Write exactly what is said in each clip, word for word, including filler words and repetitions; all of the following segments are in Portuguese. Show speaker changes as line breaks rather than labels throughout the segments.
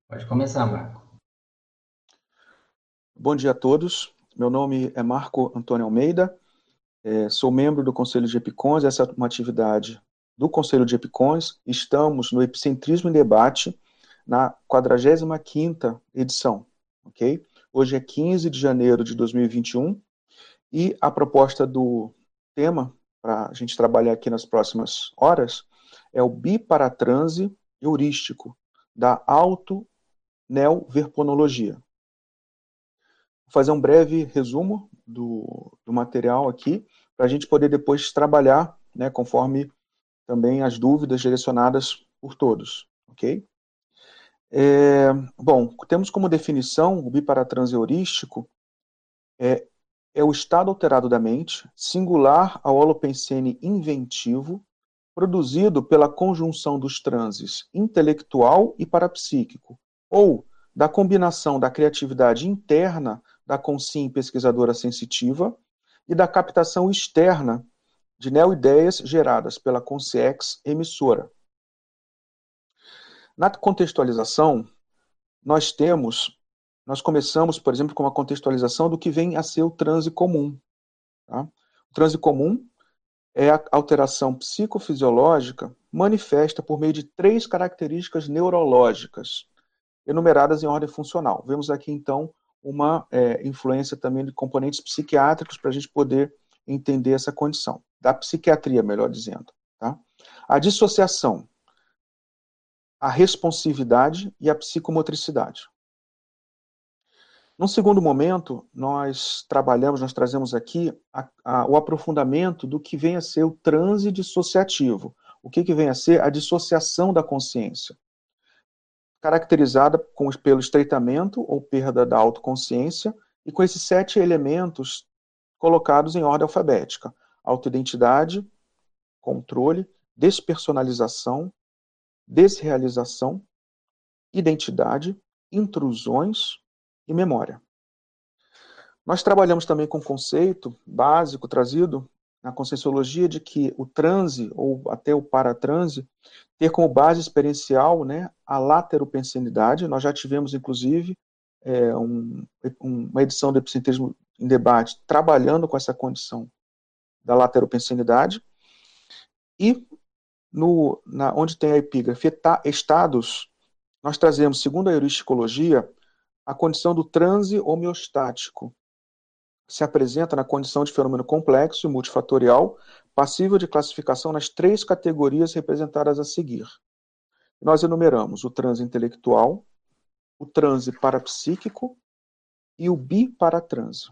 Pode começar, Marco.
Bom dia a todos. Meu nome é Marco Antônio Almeida, é, sou membro do Conselho de Epicons. Essa é uma atividade do Conselho de Epicons. Estamos no Epicentrismo em Debate, na quadragésima quinta edição, ok? Hoje é quinze de janeiro de dois mil e vinte e um e a proposta do tema, para a gente trabalhar aqui nas próximas horas, é o biparatranse heurístico da auto-neoverponologia. Vou fazer um breve resumo do, do material aqui, para a gente poder depois trabalhar, né, conforme também as dúvidas direcionadas por todos, ok? É, bom, temos como definição o biparatranse heurístico é, é o estado alterado da mente, singular ao holopensene inventivo, produzido pela conjunção dos transes intelectual e parapsíquico, ou da combinação da criatividade interna da consciência pesquisadora sensitiva e da captação externa de neo-ideias geradas pela consciex emissora. Na contextualização, nós temos, nós começamos, por exemplo, com uma contextualização do que vem a ser o transe comum. Tá? O transe comum é a alteração psicofisiológica manifesta por meio de três características neurológicas, enumeradas em ordem funcional. Vemos aqui, então, uma é, influência também de componentes psiquiátricos para a gente poder entender essa condição, da psiquiatria, melhor dizendo. Tá? A dissociação, a responsividade e a psicomotricidade. Num segundo momento, nós trabalhamos, nós trazemos aqui a, a, o aprofundamento do que vem a ser o transe dissociativo. O que, que vem a ser a dissociação da consciência, caracterizada com, pelo estreitamento ou perda da autoconsciência e com esses sete elementos colocados em ordem alfabética: autoidentidade, controle, despersonalização, desrealização, identidade, intrusões e memória. Nós trabalhamos também com o conceito básico trazido na Conscienciologia de que o transe, ou até o paratranse, ter como base experiencial, né, a lateropensenidade. Nós já tivemos, inclusive, é, um, uma edição do Epicentrismo em Debate trabalhando com essa condição da lateropensenidade. E, no, na, onde tem a epígrafe estados, nós trazemos, segundo a heuristicologia, a condição do transe homeostático. Se apresenta na condição de fenômeno complexo e multifatorial, passível de classificação nas três categorias representadas a seguir. Nós enumeramos o transe intelectual, o transe parapsíquico e o biparatranse.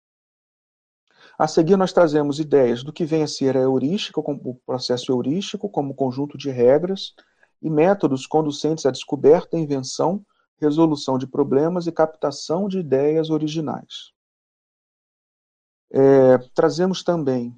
A seguir, nós trazemos ideias do que vem a ser a heurística, o processo heurístico, como conjunto de regras e métodos conducentes à descoberta, invenção, resolução de problemas e captação de ideias originais. É, trazemos também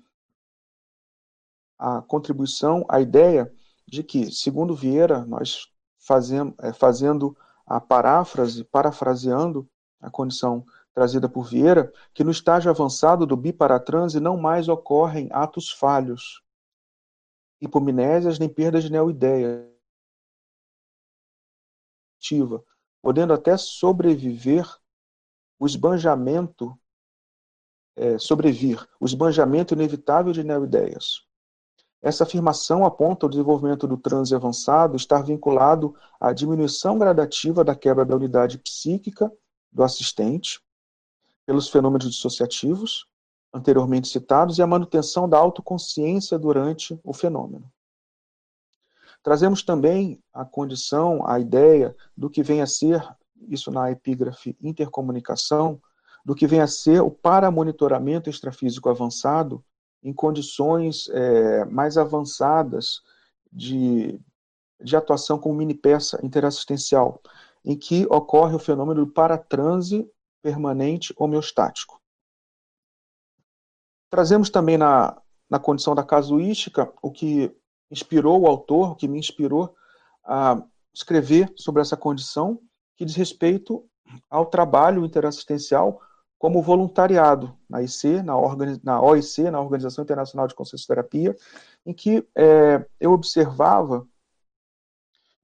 a contribuição, a ideia de que, segundo Vieira, nós fazemos, é, fazendo a paráfrase, parafraseando a condição trazida por Vieira, que no estágio avançado do biparatranse não mais ocorrem atos falhos, hipomnésias nem perdas de neoideia, podendo até sobreviver o esbanjamento, é, sobrevir o esbanjamento inevitável de neoideias. Essa afirmação aponta o desenvolvimento do transe avançado estar vinculado à diminuição gradativa da quebra da unidade psíquica do assistente pelos fenômenos dissociativos anteriormente citados e a manutenção da autoconsciência durante o fenômeno. Trazemos também a condição, a ideia do que vem a ser, isso na epígrafe intercomunicação, do que vem a ser o paramonitoramento extrafísico avançado em condições é, mais avançadas de, de atuação como mini-peça interassistencial, em que ocorre o fenômeno do paratranse permanente homeostático. Trazemos também na, na condição da casuística o que inspirou o autor, o que me inspirou a escrever sobre essa condição, que diz respeito ao trabalho interassistencial como voluntariado na I C, na, organi- na O I C, na Organização Internacional de Consciencioterapia, em que é, eu observava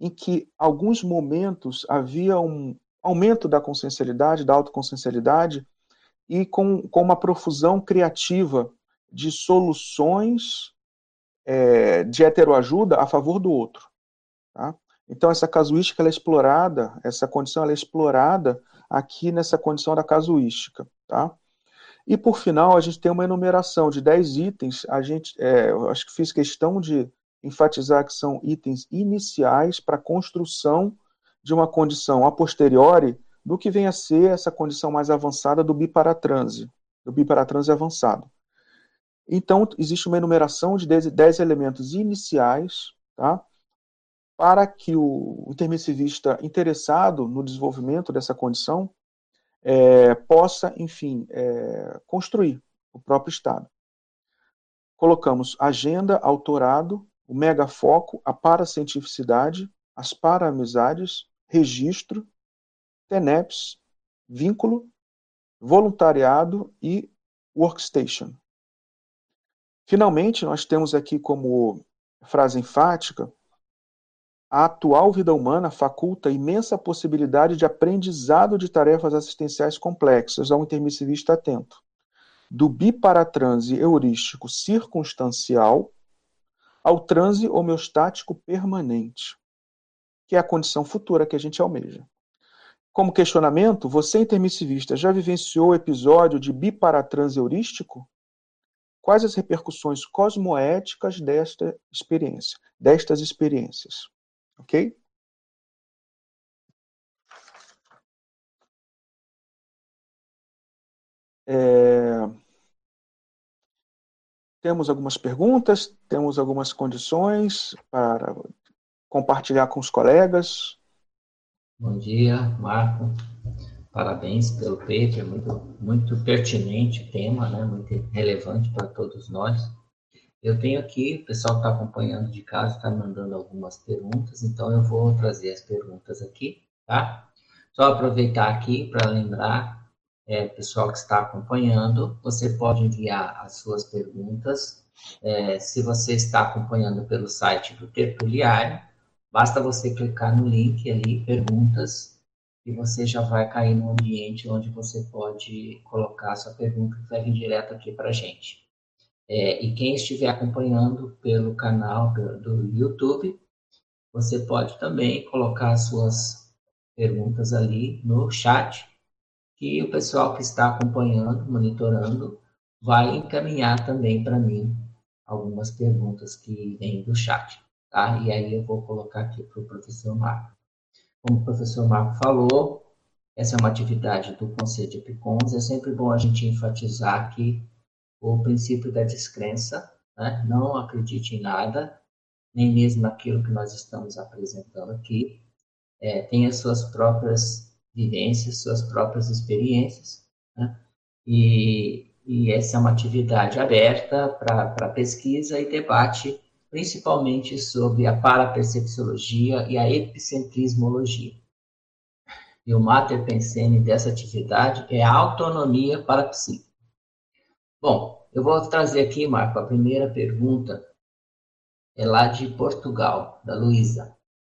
em que, alguns momentos, havia um aumento da consciencialidade, da autoconsciencialidade, e com, com uma profusão criativa de soluções é, de heteroajuda a favor do outro. Tá? Então, essa casuística ela é explorada, essa condição ela é explorada aqui nessa condição da casuística. Tá? E, por final, a gente tem uma enumeração de dez itens. A gente, é, eu acho que fiz questão de enfatizar que são itens iniciais para a construção de uma condição a posteriori do que vem a ser essa condição mais avançada do biparatranse, do biparatranse avançado. Então, existe uma enumeração de dez elementos iniciais, tá? Para que o intermissivista interessado no desenvolvimento dessa condição é, possa, enfim, é, construir o próprio estado. Colocamos agenda, autorado, o megafoco, a paracientificidade, as paraamizades, registro, TENEPS, vínculo, voluntariado e workstation. Finalmente, nós temos aqui como frase enfática: a atual vida humana faculta imensa possibilidade de aprendizado de tarefas assistenciais complexas ao intermissivista atento, do biparatranse heurístico circunstancial ao transe homeostático permanente, que é a condição futura que a gente almeja. Como questionamento, você intermissivista já vivenciou o episódio de biparatranse heurístico? Quais as repercussões cosmoéticas desta experiência, destas experiências? Ok? É... Temos algumas perguntas, temos algumas condições para compartilhar com os colegas.
Bom dia, Marco. Parabéns pelo paper, muito, muito pertinente o tema, né? Muito relevante para todos nós. Eu tenho aqui, o pessoal que está acompanhando de casa está mandando algumas perguntas, então eu vou trazer as perguntas aqui, tá? Só aproveitar aqui para lembrar, é, pessoal que está acompanhando, você pode enviar as suas perguntas, é, se você está acompanhando pelo site do Tertuliário, basta você clicar no link ali, perguntas, e você já vai cair no ambiente onde você pode colocar a sua pergunta que vai vir direto aqui para a gente. É, e quem estiver acompanhando pelo canal do YouTube, você pode também colocar as suas perguntas ali no chat, que o pessoal que está acompanhando, monitorando, vai encaminhar também para mim algumas perguntas que vêm do chat, tá? E aí eu vou colocar aqui para o professor Marco. Como o professor Marco falou, essa é uma atividade do Conselho de EPICONS, é sempre bom a gente enfatizar que o princípio da descrença, né? Não acredite em nada, nem mesmo naquilo que nós estamos apresentando aqui, é, tem as suas próprias vivências, suas próprias experiências, né? E, e essa é uma atividade aberta para pesquisa e debate, principalmente sobre a parapercepciologia e a epicentrismologia. E o mater pensene dessa atividade é a autonomia parapsíquica. Bom, eu vou trazer aqui, Marco, a primeira pergunta é lá de Portugal, da Luísa.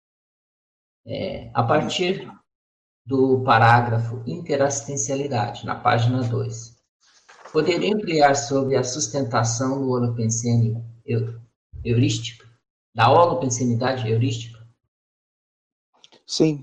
É, a partir do parágrafo interassistencialidade, na página dois, poderia ampliar sobre a sustentação do holopensene heurística, da holopensenidade heurística?
Sim.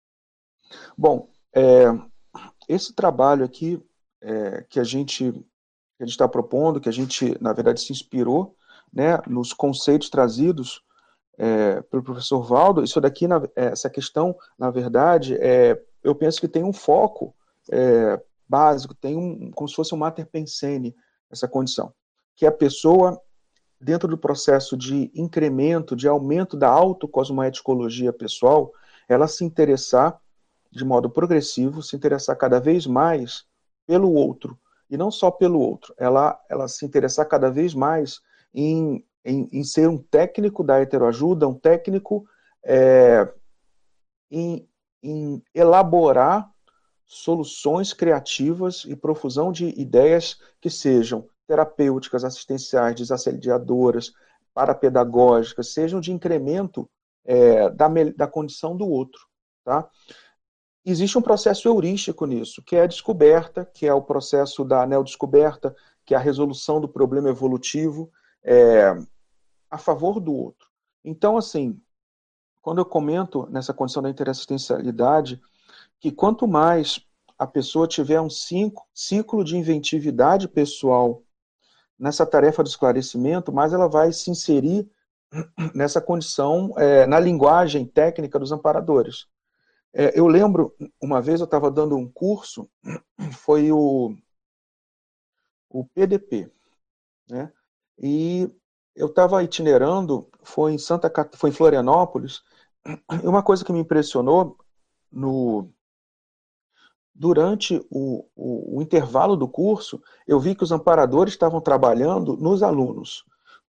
Bom, é, esse trabalho aqui é, que a gente que a gente está propondo, que a gente, na verdade, se inspirou, né, nos conceitos trazidos é, pelo professor Valdo, isso daqui, na, essa questão, na verdade, é, eu penso que tem um foco é, básico, tem um, como se fosse um mater pensene, essa condição, que a pessoa, dentro do processo de incremento, de aumento da autocosmoeticologia pessoal, ela se interessar de modo progressivo, se interessar cada vez mais pelo outro, e não só pelo outro, ela, ela se interessar cada vez mais em, em, em ser um técnico da heteroajuda, um técnico é, em, em elaborar soluções criativas e profusão de ideias que sejam terapêuticas, assistenciais, desassediadoras, parapedagógicas, sejam de incremento é, da, da condição do outro. Tá? Existe um processo heurístico nisso, que é a descoberta, que é o processo da neodescoberta, que é a resolução do problema evolutivo é, a favor do outro. Então, assim, quando eu comento nessa condição da interassistencialidade, que quanto mais a pessoa tiver um cinco, ciclo de inventividade pessoal nessa tarefa do esclarecimento, mais ela vai se inserir nessa condição, é, na linguagem técnica dos amparadores. É, eu lembro, uma vez eu estava dando um curso, foi o, o P D P, né? E eu estava itinerando, foi em Santa Cat... foi em Florianópolis, e uma coisa que me impressionou no durante o, o, o intervalo do curso, eu vi que os amparadores estavam trabalhando nos alunos.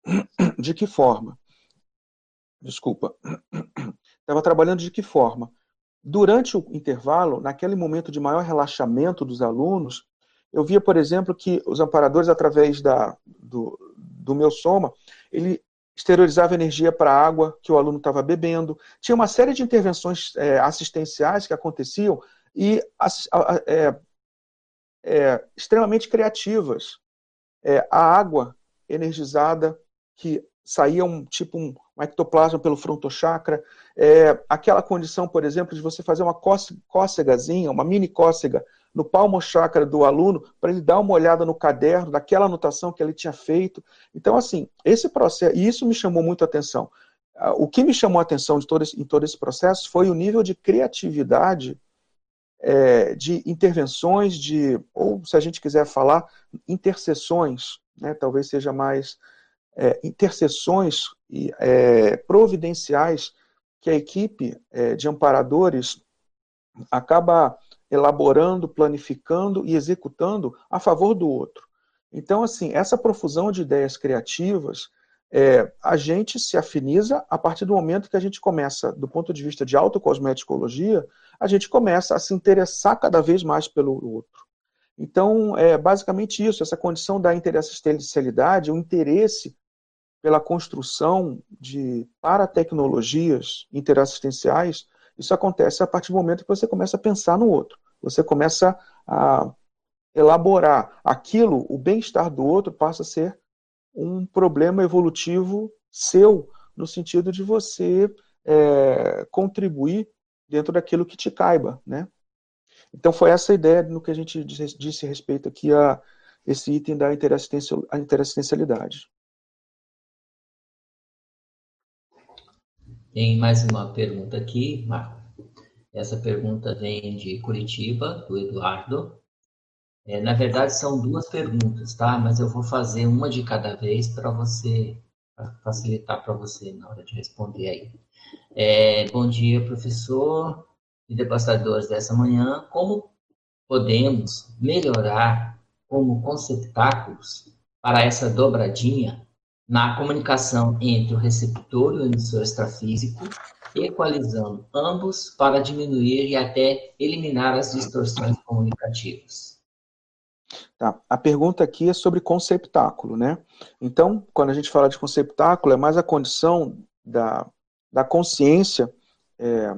De que forma? Desculpa. Estava trabalhando de que forma? Durante o intervalo, naquele momento de maior relaxamento dos alunos, eu via, por exemplo, que os amparadores, através da, do, do meu soma, ele exteriorizava energia para a água que o aluno estava bebendo. Tinha uma série de intervenções é, assistenciais que aconteciam e é, é, extremamente criativas. É, a água energizada que saía um tipo um, um ectoplasma pelo frontochakra, é, aquela condição, por exemplo, de você fazer uma cócegazinha, uma mini cócega no palmo-chakra do aluno, para ele dar uma olhada no caderno, daquela anotação que ele tinha feito. Então, assim, esse processo, e isso me chamou muito a atenção. O que me chamou a atenção de todo esse, em todo esse processo foi o nível de criatividade, é, de intervenções, de, ou se a gente quiser falar, intercessões, né, talvez seja mais é, intercessões e, é, providenciais que a equipe é, de amparadores acaba elaborando, planificando e executando a favor do outro. Então, assim, essa profusão de ideias criativas, é, a gente se afiniza a partir do momento que a gente começa, do ponto de vista de autocosmeticologia, a gente começa a se interessar cada vez mais pelo outro. Então, é basicamente isso, essa condição da interassistencialidade, o interesse pela construção de paratecnologias interassistenciais, isso acontece a partir do momento que você começa a pensar no outro. Você começa a elaborar aquilo, o bem-estar do outro passa a ser um problema evolutivo seu, no sentido de você é, contribuir dentro daquilo que te caiba, né? Então foi essa a ideia no que a gente disse a respeito aqui a esse item da interassistencialidade.
Tem mais uma pergunta aqui, Marco. Essa pergunta vem de Curitiba, do Eduardo. É, na verdade, são duas perguntas, tá? Mas eu vou fazer uma de cada vez para você, para facilitar para você na hora de responder aí. É, bom dia, professor e debatedores dessa manhã. Como podemos melhorar como conceptáculos para essa dobradinha na comunicação entre o receptor e o emissor extrafísico, equalizando ambos para diminuir e até eliminar as distorções comunicativas?
Tá. A pergunta aqui é sobre conceptáculo, né? Então, quando a gente fala de conceptáculo, é mais a condição da, da consciência é,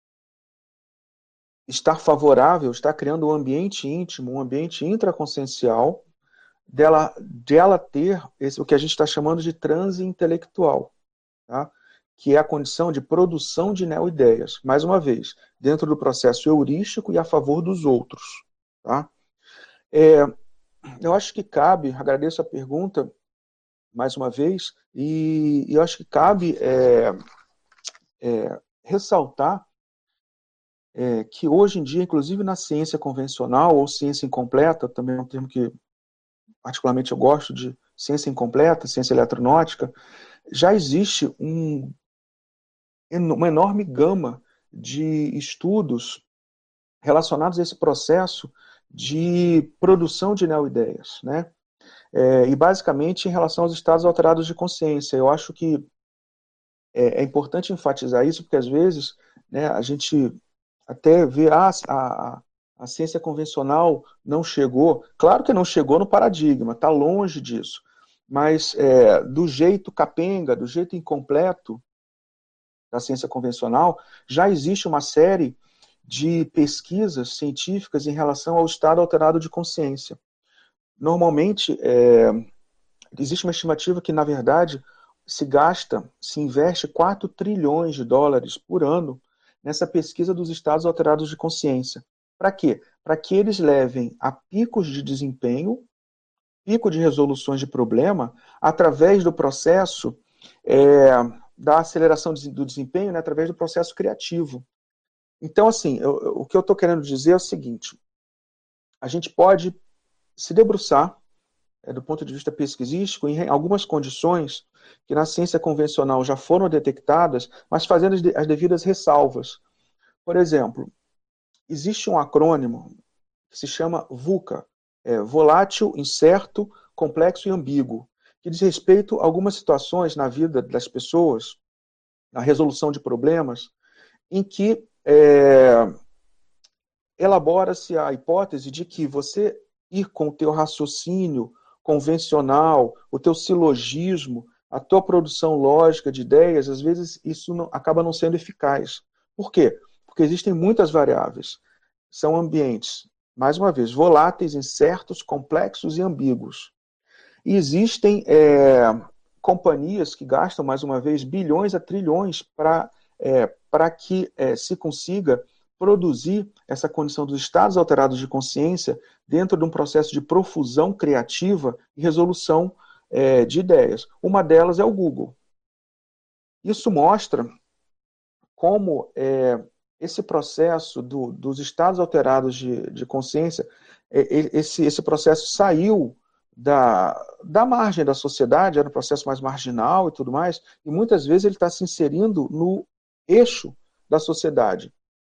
estar favorável, estar criando um ambiente íntimo, um ambiente intraconsciencial, dela, dela ter esse, o que a gente está chamando de transe intelectual, tá? Que é a condição de produção de neo-ideias, mais uma vez, dentro do processo heurístico e a favor dos outros. Tá? É, eu acho que cabe, agradeço a pergunta, mais uma vez, e, e eu acho que cabe é, é, ressaltar é, que hoje em dia, inclusive na ciência convencional, ou ciência incompleta, também é um termo que particularmente eu gosto de ciência incompleta, ciência eletronáutica, já existe um, uma enorme gama de estudos relacionados a esse processo de produção de neo-ideias, né? É, e basicamente em relação aos estados alterados de consciência. Eu acho que é, é importante enfatizar isso, porque às vezes, né, a gente até vê ah, a, a ciência convencional não chegou. Claro que não chegou no paradigma, está longe disso. Mas é, do jeito capenga, do jeito incompleto, da ciência convencional, já existe uma série de pesquisas científicas em relação ao estado alterado de consciência. Normalmente, é, existe uma estimativa que, na verdade, se gasta, se investe quatro trilhões de dólares por ano nessa pesquisa dos estados alterados de consciência. Para quê? Para que eles levem a picos de desempenho, pico de resoluções de problema, através do processo é, da aceleração do desempenho, né, através do processo criativo. Então, assim, eu, o que eu estou querendo dizer é o seguinte: a gente pode se debruçar, é, do ponto de vista pesquisístico, em algumas condições que na ciência convencional já foram detectadas, mas fazendo as, de, as devidas ressalvas. Por exemplo, existe um acrônimo que se chama VUCA, é, volátil, incerto, complexo e ambíguo, que diz respeito a algumas situações na vida das pessoas, na resolução de problemas, em que é, elabora-se a hipótese de que você ir com o teu raciocínio convencional, o teu silogismo, a tua produção lógica de ideias, às vezes isso não, acaba não sendo eficaz. Por quê? Porque existem muitas variáveis. São ambientes, mais uma vez, voláteis, incertos, complexos e ambíguos. E existem é, companhias que gastam, mais uma vez, bilhões a trilhões para é, para que é, se consiga produzir essa condição dos estados alterados de consciência dentro de um processo de profusão criativa e resolução é, de ideias. Uma delas é o Google. Isso mostra como é, esse processo do, dos estados alterados de, de consciência, é, esse, esse processo saiu da, da margem da sociedade, era um processo mais marginal e tudo mais, e muitas vezes ele está se inserindo no eixo da sociedade.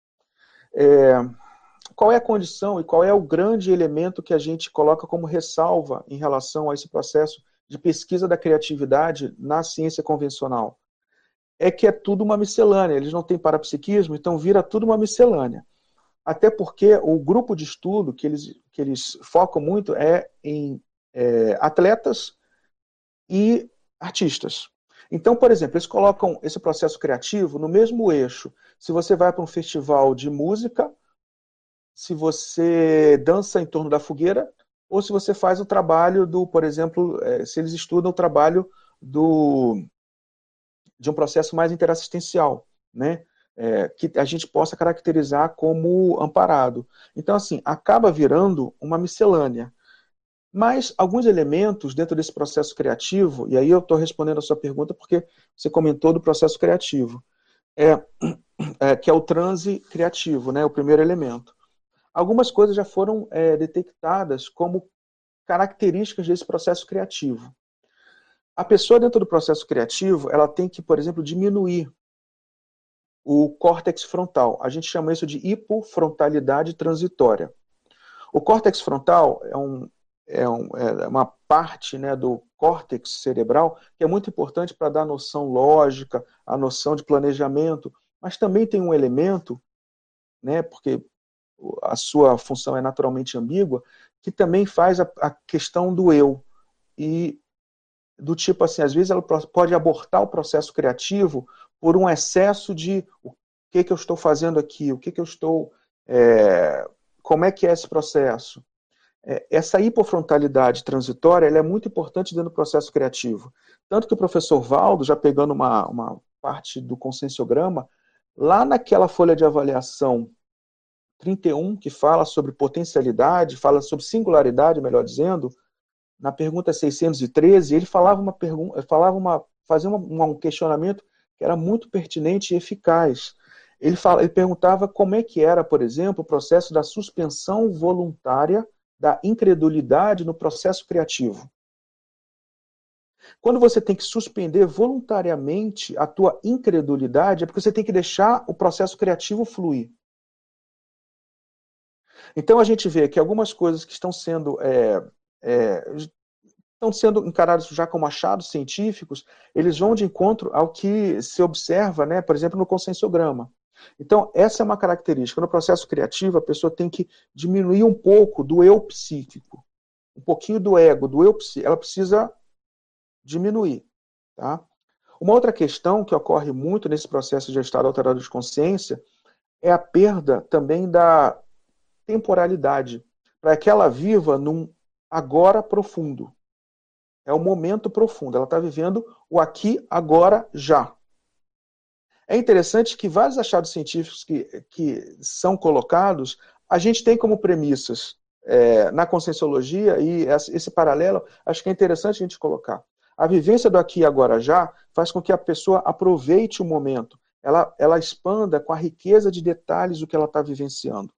É, qual é a condição e qual é o grande elemento que a gente coloca como ressalva em relação a esse processo de pesquisa da criatividade na ciência convencional? É que é tudo uma miscelânea, eles não têm parapsiquismo, então vira tudo uma miscelânea. Até porque o grupo de estudo que eles, que eles focam muito é em é, atletas e artistas. Então, por exemplo, eles colocam esse processo criativo no mesmo eixo. Se você vai para um festival de música, se você dança em torno da fogueira, ou se você faz o trabalho do, por exemplo, se eles estudam o trabalho do, de um processo mais interassistencial, né? É, que a gente possa caracterizar como amparado. Então, assim, acaba virando uma miscelânea. Mas alguns elementos dentro desse processo criativo, e aí eu estou respondendo a sua pergunta porque você comentou do processo criativo, é, é, que é o transe criativo, né, o primeiro elemento. Algumas coisas já foram é, detectadas como características desse processo criativo. A pessoa dentro do processo criativo, ela tem que, por exemplo, diminuir o córtex frontal. A gente chama isso de hipofrontalidade transitória. O córtex frontal é um É, um, é uma parte, né, do córtex cerebral que é muito importante para dar a noção lógica, a noção de planejamento, mas também tem um elemento, né, porque a sua função é naturalmente ambígua, que também faz a, a questão do eu. E do tipo assim, às vezes ela pode abortar o processo criativo por um excesso de o que, que eu estou fazendo aqui, o que, que eu estou... É, como é que é esse processo? Essa hipofrontalidade transitória ela é muito importante dentro do processo criativo. Tanto que o professor Valdo, já pegando uma, uma parte do conscienciograma, lá naquela folha de avaliação trinta e um, que fala sobre potencialidade, fala sobre singularidade, melhor dizendo, na pergunta seiscentos e treze, ele falava uma pergunta, falava uma, fazia uma, um questionamento que era muito pertinente e eficaz. Ele, fala, ele perguntava como é que era, por exemplo, o processo da suspensão voluntária da incredulidade no processo criativo. Quando você tem que suspender voluntariamente a tua incredulidade, é porque você tem que deixar o processo criativo fluir. Então a gente vê que algumas coisas que estão sendo, é, é, estão sendo encaradas já como achados científicos, eles vão de encontro ao que se observa, né, por exemplo, no conscienciograma. Então, essa é uma característica. No processo criativo, a pessoa tem que diminuir um pouco do eu psíquico, um pouquinho do ego, do eu psíquico. Ela precisa diminuir. Tá? Uma outra questão que ocorre muito nesse processo de estado alterado de consciência é a perda também da temporalidade, para que ela viva num agora profundo. É o momento profundo, ela está vivendo o aqui, agora, já. É interessante que vários achados científicos que, que são colocados, a gente tem como premissas é, na conscienciologia, e esse paralelo acho que é interessante a gente colocar. A vivência do aqui, agora, já faz com que a pessoa aproveite o momento, ela, ela expanda com a riqueza de detalhes o que ela está vivenciando.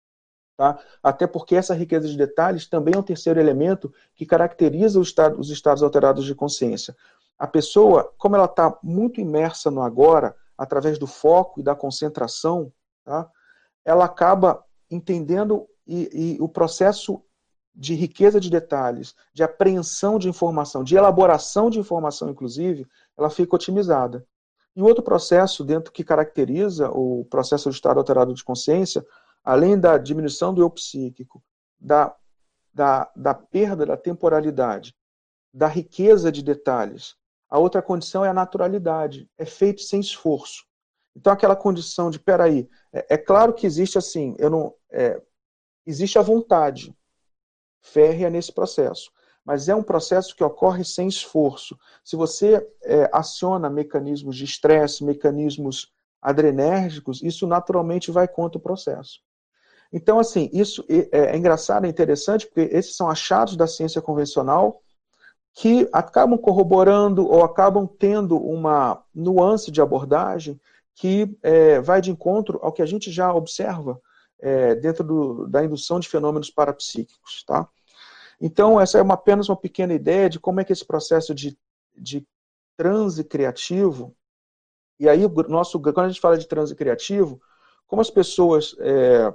Tá? Até porque essa riqueza de detalhes também é um terceiro elemento que caracteriza o estado, os estados alterados de consciência. A pessoa, como ela está muito imersa no agora, através do foco e da concentração, tá? Ela acaba entendendo e, e o processo de riqueza de detalhes, de apreensão de informação, de elaboração de informação, inclusive, ela fica otimizada. E outro processo dentro que caracteriza o processo do estado alterado de consciência, além da diminuição do eu psíquico, da, da, da perda da temporalidade, da riqueza de detalhes, a outra condição é a naturalidade, é feito sem esforço. Então aquela condição de, peraí, é, é claro que existe assim, eu não, é, existe a vontade férrea nesse processo, mas é um processo que ocorre sem esforço. Se você é, aciona mecanismos de estresse, mecanismos adrenérgicos, isso naturalmente vai contra o processo. Então, assim, isso é, é engraçado, é interessante, porque esses são achados da ciência convencional que acabam corroborando ou acabam tendo uma nuance de abordagem que é, vai de encontro ao que a gente já observa é, dentro do, da indução de fenômenos parapsíquicos, tá? Então, essa é uma, apenas uma pequena ideia de como é que esse processo de, de transe criativo, e aí, o nosso, quando a gente fala de transe criativo, como as pessoas é,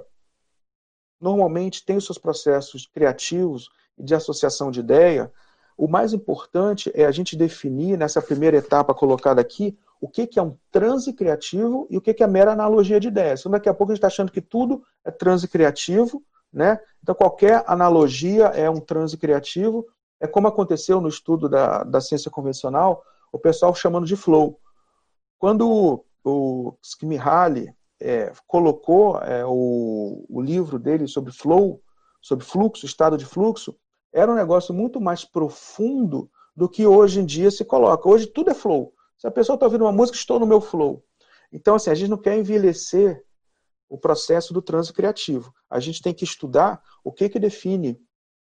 normalmente têm os seus processos criativos de associação de ideia, o mais importante é a gente definir, nessa primeira etapa colocada aqui, o que, que é um transe criativo e o que, que é mera analogia de ideias. Então, daqui a pouco a gente está achando que tudo é transe criativo, né? Então, qualquer analogia é um transe criativo. É como aconteceu no estudo da, da ciência convencional, o pessoal chamando de flow. Quando o Csikszentmihalyi é, colocou é, o, o livro dele sobre flow, sobre fluxo, estado de fluxo, era um negócio muito mais profundo do que hoje em dia se coloca. Hoje tudo é flow. Se a pessoa está ouvindo uma música, estou no meu flow. Então, assim, a gente não quer envelhecer o processo do transe criativo. A gente tem que estudar o que, que define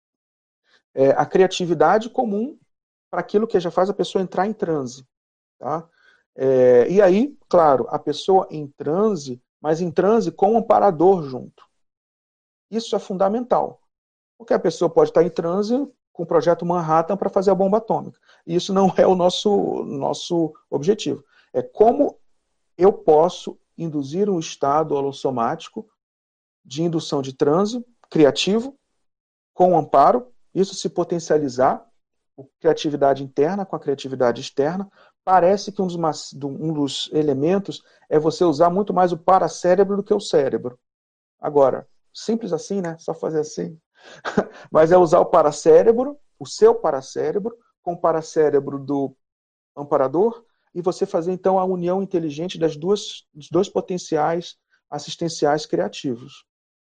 é, a criatividade comum para aquilo que já faz a pessoa entrar em transe. Tá? É, e aí, claro, a pessoa em transe, mas em transe com um amparador junto. Isso é fundamental. Porque a pessoa pode estar em transe com o projeto Manhattan para fazer a bomba atômica. E isso não é o nosso, nosso objetivo. É como eu posso induzir um estado holossomático de indução de transe criativo com amparo, isso se potencializar, a criatividade interna com a criatividade externa. Parece que um dos, um dos elementos é você usar muito mais o paracérebro do que o cérebro. Agora, simples assim, né? Só fazer assim. Mas é usar o paracérebro, o seu paracérebro, com o paracérebro do amparador, e você fazer então a união inteligente das duas, dos dois potenciais assistenciais criativos.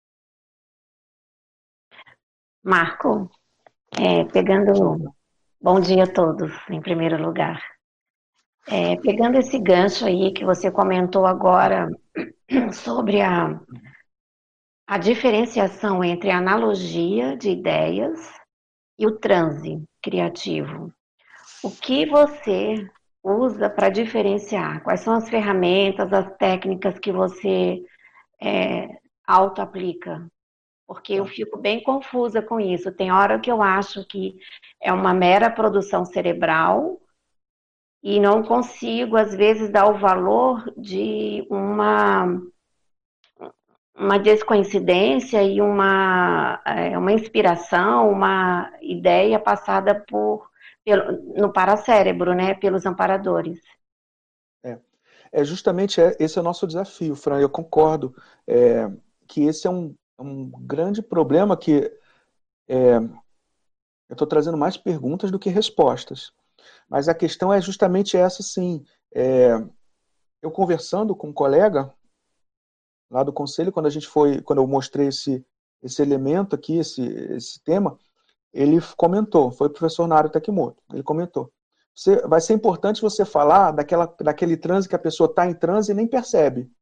Marco, é, pegando... Bom dia a todos, em primeiro lugar. É, pegando esse gancho aí que você comentou agora sobre a, a diferenciação entre a analogia de ideias e o transe criativo. O que você usa para diferenciar? Quais são as ferramentas, as técnicas que você é, auto-aplica? Porque eu fico bem confusa com isso. Tem hora que eu acho que é uma mera produção cerebral e não consigo, às vezes, dar o valor de uma, uma descoincidência e uma, é, uma inspiração, uma ideia passada por, pelo, no paracérebro, né, pelos amparadores. É,
é justamente é, esse é o nosso desafio, Fran. Eu concordo é, que esse é um, um grande problema que é, eu estou trazendo mais perguntas do que respostas. Mas a questão é justamente essa, sim. É, eu conversando com um colega lá do conselho, quando a gente foi, quando eu mostrei esse, esse elemento aqui, esse, esse tema, ele comentou, foi o professor Nário Takimoto, ele comentou. Você, vai ser importante você falar daquela, daquele transe que a pessoa está em transe e nem percebe.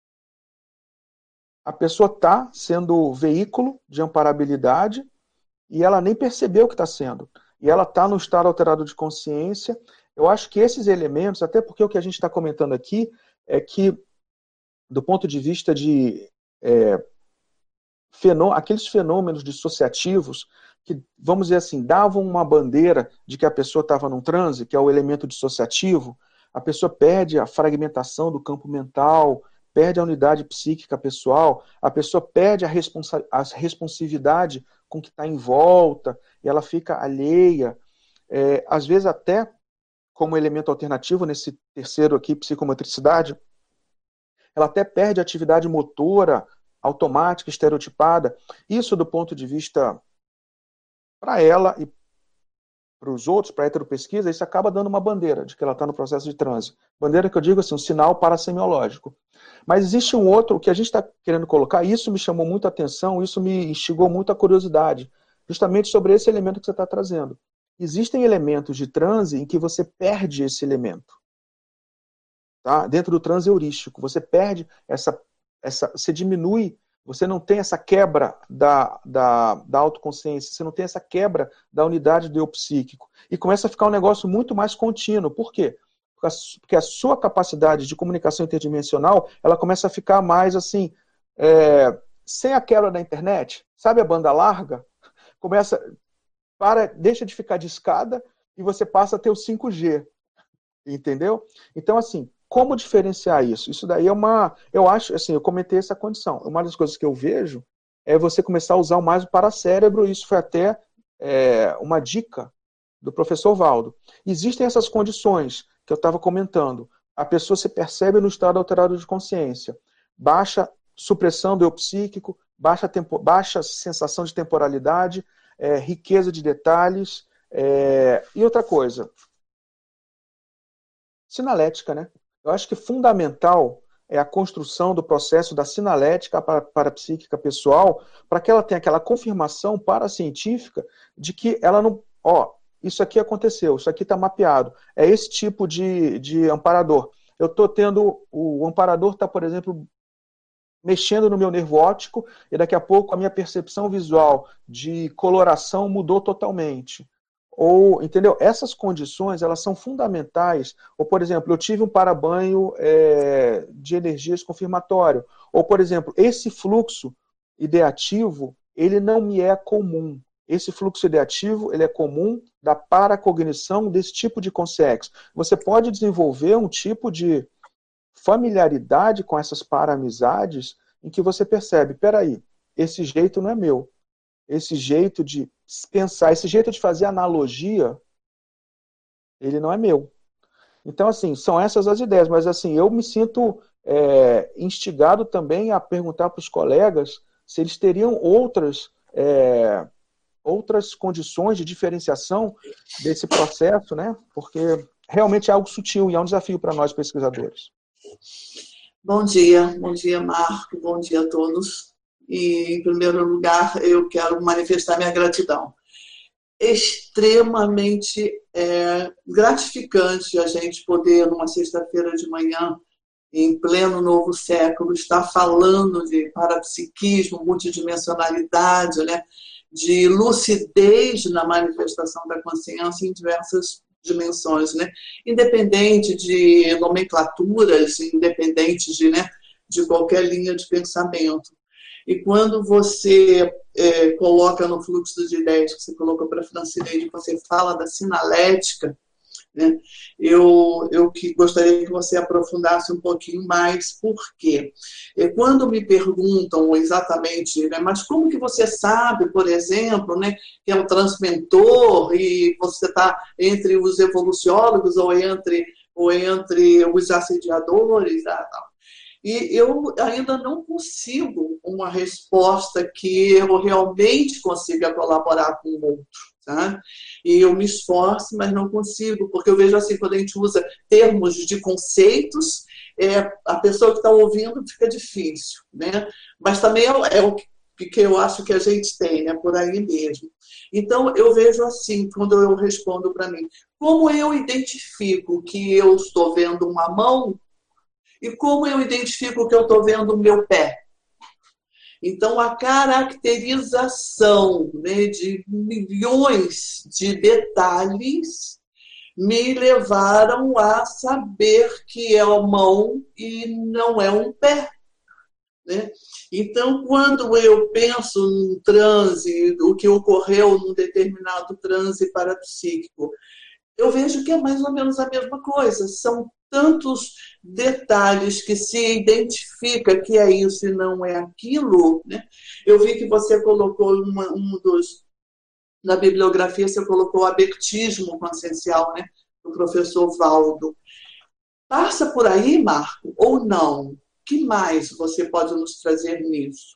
A pessoa está sendo veículo de amparabilidade e ela nem percebeu o que está sendo. E ela está no estado alterado de consciência. Eu acho que esses elementos, até porque o que a gente está comentando aqui é que, do ponto de vista de é, fenô aqueles fenômenos dissociativos que, vamos dizer assim, davam uma bandeira de que a pessoa estava num transe, que é o elemento dissociativo, a pessoa perde a fragmentação do campo mental, perde a unidade psíquica pessoal, a pessoa perde a, responsa a responsividade com o que está em volta, e ela fica alheia, é, às vezes até como elemento alternativo, nesse terceiro aqui, psicomotricidade, ela até perde a atividade motora, automática, estereotipada. Isso do ponto de vista para ela e para os outros, para a heteropesquisa, isso acaba dando uma bandeira de que ela está no processo de transe. Bandeira que eu digo assim, um sinal parasemiológico. Mas existe um outro, o que a gente está querendo colocar, e isso me chamou muito a atenção, isso me instigou muito a curiosidade, justamente sobre esse elemento que você está trazendo. Existem elementos de transe em que você perde esse elemento. Tá? Dentro do transe heurístico, você perde essa, essa, você diminui, você não tem essa quebra da, da, da autoconsciência, você não tem essa quebra da unidade do eu psíquico. E começa a ficar um negócio muito mais contínuo. Por quê? Porque a sua capacidade de comunicação interdimensional, ela começa a ficar mais assim, é, sem a quebra da internet, sabe a banda larga? Começa, para, deixa de ficar de escada e você passa a ter o cinco G. Entendeu? Então, assim, como diferenciar isso? Isso daí é uma... Eu acho, assim, eu comentei essa condição. Uma das coisas que eu vejo é você começar a usar mais o paracérebro. Isso foi até é, uma dica do professor Valdo. Existem essas condições que eu estava comentando. A pessoa se percebe no estado alterado de consciência. Baixa supressão do eu psíquico, baixa, tempo, baixa sensação de temporalidade, é, riqueza de detalhes. É, e outra coisa... Sinalética, né? Eu acho que fundamental é a construção do processo da sinalética para, para a psíquica pessoal, para que ela tenha aquela confirmação paracientífica de que ela não... Ó, isso aqui aconteceu, isso aqui está mapeado. É esse tipo de, de amparador. Eu estou tendo... O amparador está, por exemplo, mexendo no meu nervo óptico e daqui a pouco a minha percepção visual de coloração mudou totalmente. Ou, entendeu? Essas condições, elas são fundamentais. Ou, por exemplo, eu tive um parabanho é, de energias confirmatório. Ou, por exemplo, esse fluxo ideativo, ele não me é comum. Esse fluxo ideativo, ele é comum da paracognição desse tipo de consciência. Você pode desenvolver um tipo de familiaridade com essas para-amizades em que você percebe, peraí, esse jeito não é meu. Esse jeito de pensar, esse jeito de fazer analogia, ele não é meu. Então, assim, são essas as ideias, mas assim, eu me sinto é, instigado também a perguntar para os colegas se eles teriam outras, é, outras condições de diferenciação desse processo, né? Porque realmente é algo sutil e é um desafio para nós pesquisadores.
Bom dia, bom dia, Marco, bom dia a todos. E, em primeiro lugar, eu quero manifestar minha gratidão. Extremamente é, gratificante a gente poder, numa sexta-feira de manhã, em pleno novo século, estar falando de parapsiquismo, multidimensionalidade, né, de lucidez na manifestação da consciência em diversas dimensões, né, independente de nomenclaturas, independente de, né, de qualquer linha de pensamento. E quando você é, coloca no fluxo de ideias que você colocou para a Francineide, você fala da sinalética, né, eu, eu que gostaria que você aprofundasse um pouquinho mais, porque é, quando me perguntam exatamente, né, mas como que você sabe, por exemplo, né, que é um transmentor e você está entre os evoluciólogos ou entre, ou entre os assediadores, tá, tá. E eu ainda não consigo uma resposta que eu realmente consiga colaborar com o outro. Tá? E eu me esforço, mas não consigo, porque eu vejo assim, quando a gente usa termos de conceitos, é, a pessoa que está ouvindo fica difícil, né? Mas também é, é o que, que eu acho que a gente tem, né? Por aí mesmo. Então, eu vejo assim, quando eu respondo para mim, como eu identifico que eu estou vendo uma mão e como eu identifico que eu estou vendo o meu pé? Então, a caracterização, né, de milhões de detalhes me levaram a saber que é uma mão e não é um pé. Né? Então, quando eu penso num transe, o que ocorreu num determinado transe parapsíquico, eu vejo que é mais ou menos a mesma coisa. São tantos detalhes que se identifica que é isso e não é aquilo. Né? Eu vi que você colocou uma, um dos... Na bibliografia, você colocou o abertismo consciencial, né? Do professor Valdo. Passa por aí, Marco, ou não? O que mais você pode nos trazer nisso?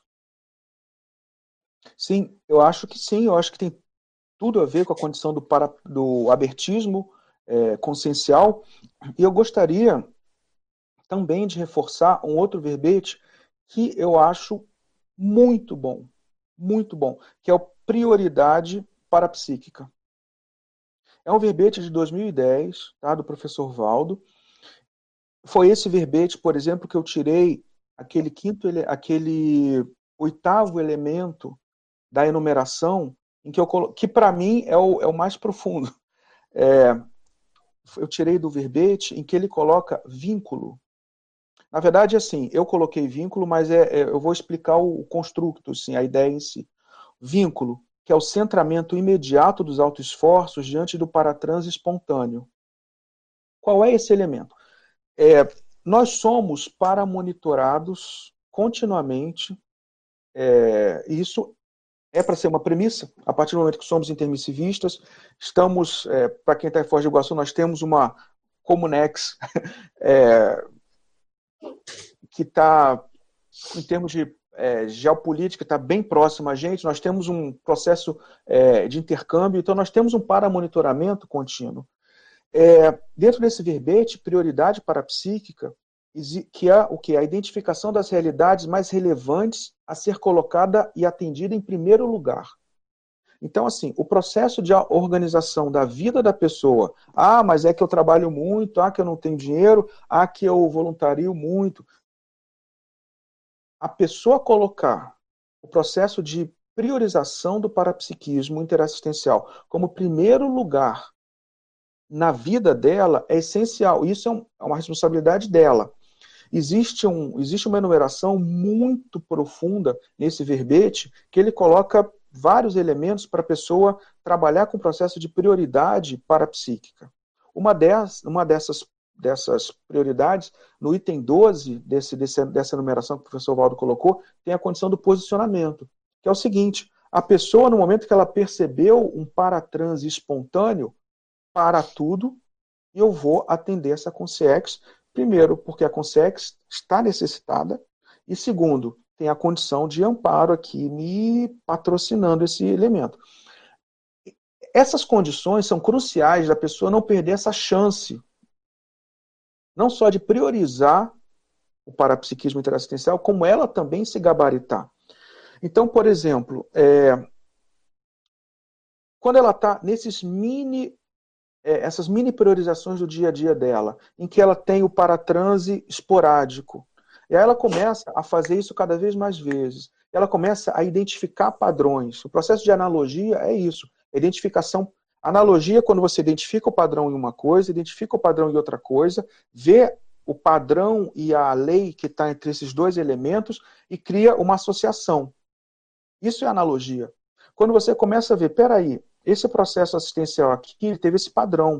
Sim, eu acho que sim. Eu acho que tem tudo a ver com a condição do, para, do abertismo é, consciencial. E eu gostaria também de reforçar um outro verbete que eu acho muito bom, muito bom, que é o prioridade parapsíquica. É um verbete de dois mil e dez, tá, do professor Valdo. Foi esse verbete, por exemplo, que eu tirei aquele quinto, aquele oitavo elemento da enumeração, em que, eu, que para mim é o, é o mais profundo. É, eu tirei do verbete em que ele coloca vínculo. Na verdade, assim, eu coloquei vínculo, mas é, é, eu vou explicar o, o construto, assim, a ideia em si. Vínculo, que é o centramento imediato dos autoesforços diante do paratranse espontâneo. Qual é esse elemento? É, nós somos paramonitorados continuamente, é, e isso é para ser uma premissa, a partir do momento que somos intermissivistas, estamos, é, para quem está em Foz do Iguaçu, nós temos uma Comunex, é, que está, em termos de é, geopolítica, está bem próximo a gente, nós temos um processo é, de intercâmbio, então nós temos um paramonitoramento contínuo. É, dentro desse verbete, prioridade parapsíquica, que é o que? A identificação das realidades mais relevantes a ser colocada e atendida em primeiro lugar. Então, assim, o processo de organização da vida da pessoa, ah, mas é que eu trabalho muito, ah, que eu não tenho dinheiro, ah, que eu voluntario muito. A pessoa colocar o processo de priorização do parapsiquismo interassistencial como primeiro lugar na vida dela é essencial. Isso é, um, é uma responsabilidade dela. Existe, um, existe uma enumeração muito profunda nesse verbete que ele coloca vários elementos para a pessoa trabalhar com o processo de prioridade parapsíquica. Uma, dessas, uma dessas, dessas prioridades, no item doze desse, desse, dessa enumeração que o professor Valdo colocou, tem a condição do posicionamento, que é o seguinte: a pessoa, no momento que ela percebeu um paratranse espontâneo, para tudo, e eu vou atender essa consciex, primeiro, porque a consciex está necessitada, e segundo, tem a condição de amparo aqui me patrocinando esse elemento. Essas condições são cruciais da pessoa não perder essa chance, não só de priorizar o parapsiquismo interassistencial, como ela também se gabaritar. Então, por exemplo, é, quando ela está nesses mini essas mini priorizações do dia a dia dela, em que ela tem o paratranse esporádico. E aí ela começa a fazer isso cada vez mais vezes. Ela começa a identificar padrões. O processo de analogia é isso. Identificação. Analogia é quando você identifica o padrão em uma coisa, identifica o padrão em outra coisa, vê o padrão e a lei que está entre esses dois elementos e cria uma associação. Isso é analogia. Quando você começa a ver, peraí, esse processo assistencial aqui teve esse padrão.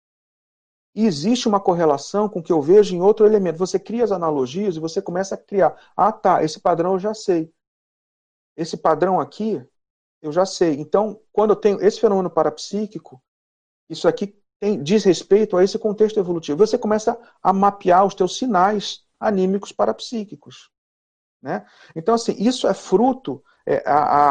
E existe uma correlação com o que eu vejo em outro elemento. Você cria as analogias e você começa a criar. Ah, tá, esse padrão eu já sei. Esse padrão aqui, eu já sei. Então, quando eu tenho esse fenômeno parapsíquico, isso aqui tem, diz respeito a esse contexto evolutivo. Você começa a mapear os teus sinais anímicos parapsíquicos. Né? Então, assim, isso é fruto... É, a, a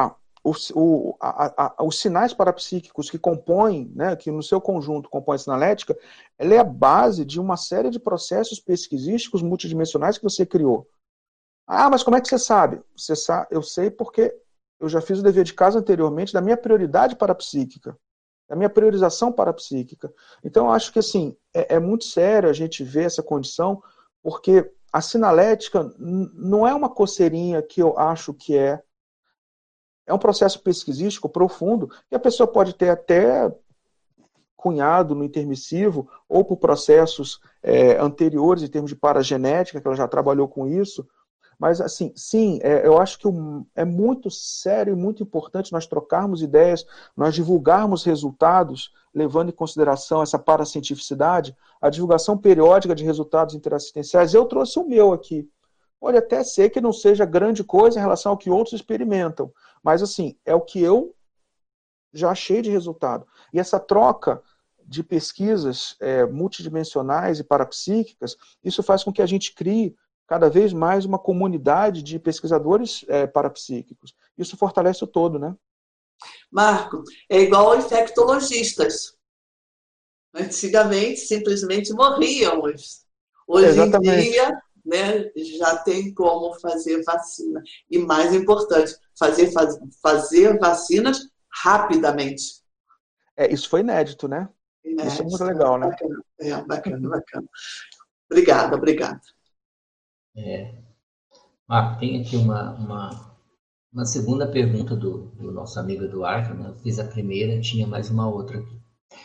os, o, a, a, os sinais parapsíquicos que compõem, né, que no seu conjunto compõem a sinalética, ela é a base de uma série de processos pesquisísticos multidimensionais que você criou. Ah, mas como é que você sabe? Você sabe? Eu sei porque eu já fiz o dever de casa anteriormente da minha prioridade parapsíquica, da minha priorização parapsíquica. Então, eu acho que assim, é, é muito sério a gente ver essa condição, porque a sinalética não é uma coceirinha que eu acho que é. É um processo pesquisístico profundo, que a pessoa pode ter até cunhado no intermissivo, ou por processos é, anteriores, em termos de paragenética, que ela já trabalhou com isso. Mas, assim, sim, é, eu acho que o, é muito sério e muito importante nós trocarmos ideias, nós divulgarmos resultados, levando em consideração essa paracientificidade, a divulgação periódica de resultados interassistenciais. Eu trouxe o meu aqui. Pode até ser que não seja grande coisa em relação ao que outros experimentam, mas, assim, é o que eu já achei de resultado. E essa troca de pesquisas é, multidimensionais e parapsíquicas, isso faz com que a gente crie cada vez mais uma comunidade de pesquisadores é, parapsíquicos. Isso fortalece o todo, né?
Marco, é igual a infectologistas. Antigamente, simplesmente morríamos. Hoje
Exatamente.
em dia, né, já tem como fazer vacina. E mais importante, fazer, faz, fazer vacinas rapidamente.
É, isso foi inédito, né?
É,
isso é muito legal, né?
Bacana, é, bacana, bacana. Obrigada, obrigada.
É. Ah, tem aqui uma, uma, uma segunda pergunta do, do nosso amigo Eduardo, né? Eu fiz a primeira, tinha mais uma outra aqui.